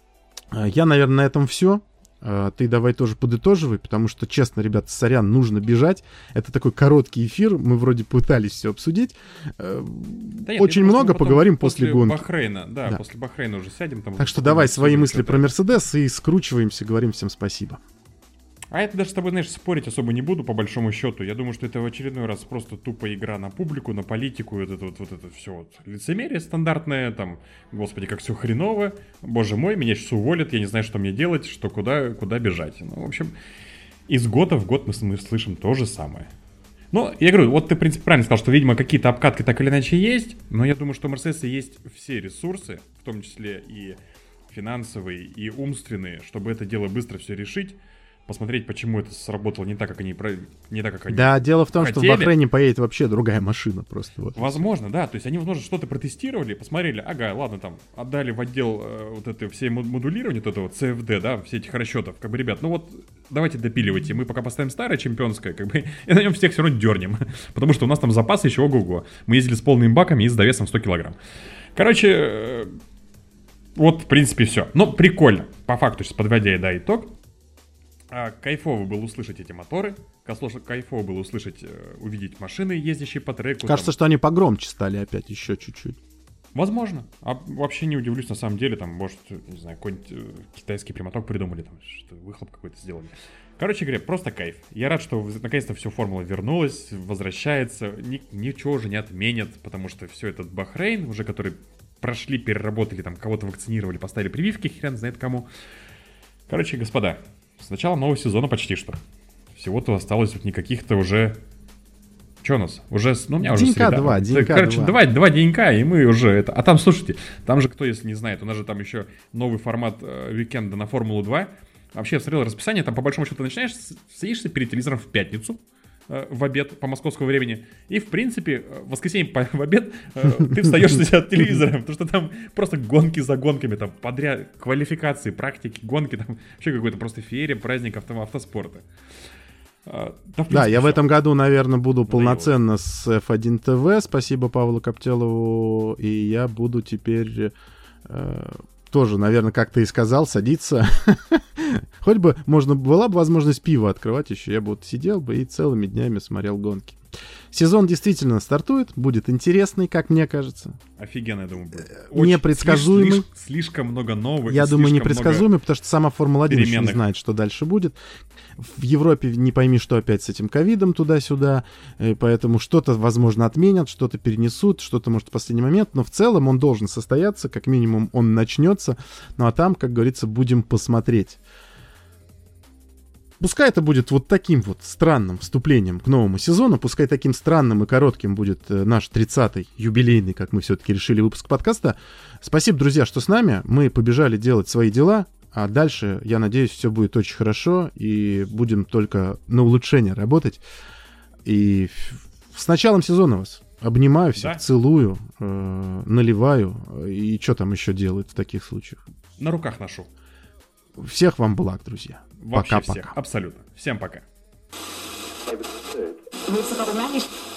Я, наверное, на этом все. Ты давай тоже подытоживай, потому что, честно, ребята, сорян, нужно бежать. Это такой короткий эфир, мы вроде пытались все обсудить. Да нет, очень много поговорим после гонки. Бахрейна, да, после Бахрейна уже сядем. Там так что давай свои мысли про Мерседес и скручиваемся, говорим всем спасибо. А это даже с тобой, знаешь, спорить особо не буду, по большому счету. Я думаю, что это в очередной раз просто тупо игра на публику, на политику, вот это все вот лицемерие стандартное, там, господи, как все хреново, боже мой, меня сейчас уволят, я не знаю, что мне делать, что куда бежать. Ну, в общем, из года в год мы слышим то же самое. Но, я говорю, вот ты, в принципе, правильно сказал, что, видимо, какие-то обкатки так или иначе есть, но я думаю, что у Mercedes есть все ресурсы, в том числе и финансовые, и умственные, чтобы это дело быстро все решить. Посмотреть, почему это сработало не так, как они Да, дело в том, хотели. Что в Бахрейне поедет вообще другая машина просто. Вот. Возможно, да. То есть они, возможно, что-то протестировали, посмотрели, ага, ладно, там, отдали в отдел вот это все модулирование, вот это вот CFD, да, все этих расчетов, как бы, ребят, ну вот, давайте допиливайте, мы пока поставим старое чемпионское, как бы, и на нем всех все равно дернем, потому что у нас там запасы еще ого-го. Мы ездили с полными баками и с довесом 100 килограмм. Короче, вот, в принципе, все. Но прикольно, по факту, сейчас подводя, да, итог. Кайфово было услышать эти моторы, кайфово было увидеть машины, ездящие по треку. Кажется, что они погромче стали опять еще чуть-чуть. Возможно. А вообще не удивлюсь, на самом деле, там, может, не знаю, какой-нибудь китайский прямоток придумали, там, что выхлоп какой-то сделали. Короче говоря, просто кайф. Я рад, что наконец-то все формула вернулась, возвращается, ничего уже не отменят, потому что все этот Бахрейн, уже который прошли, переработали, там, кого-то вакцинировали, поставили прививки, хрен знает кому. Короче, господа, с начала нового сезона почти что. Всего-то осталось вот никаких-то уже... Что у нас? Уже, ну, у меня уже денька среда. Короче, два денька, и мы уже это... А там, слушайте, там же, кто, если не знает, у нас же там еще новый формат уикенда на Формулу-2. Вообще, я смотрел расписание, там, по большому счету, ты начинаешь, садишься перед телевизором в пятницу, в обед по московскому времени. И, в принципе, в воскресенье в обед ты встаешь от телевизора, потому что там просто гонки за гонками, там подряд квалификации, практики, гонки, там вообще какой-то просто феерия, праздник автоспорта. Да, я в этом году, наверное, буду полноценно с F1 TV. Спасибо Павлу Коптелову. И я буду теперь... тоже, наверное, как ты и сказал, садиться. Хоть бы была бы возможность пиво открывать еще, я бы вот сидел бы и целыми днями смотрел гонки. Сезон действительно стартует, будет интересный, как мне кажется. Офигенно, я думаю, будет. Непредсказуемый. Слишком много нового. Я думаю, непредсказуемый, потому что сама Формула-1 еще не знает, что дальше будет. В Европе не пойми, что опять с этим ковидом туда-сюда, поэтому что-то, возможно, отменят, что-то перенесут, что-то, может, в последний момент, но в целом он должен состояться, как минимум он начнется, ну а там, как говорится, будем посмотреть. Пускай это будет вот таким вот странным вступлением к новому сезону, пускай таким странным и коротким будет наш 30-й юбилейный, как мы все-таки решили, выпуск подкаста. Спасибо, друзья, что с нами. Мы побежали делать свои дела, а дальше, я надеюсь, все будет очень хорошо, и будем только на улучшение работать. И с началом сезона вас. Обнимаю всех, да? Целую, наливаю. И что там еще делают в таких случаях? На руках ношу. Всех вам благ, друзья. Вообще пока-пока. Всех, абсолютно. Всем пока.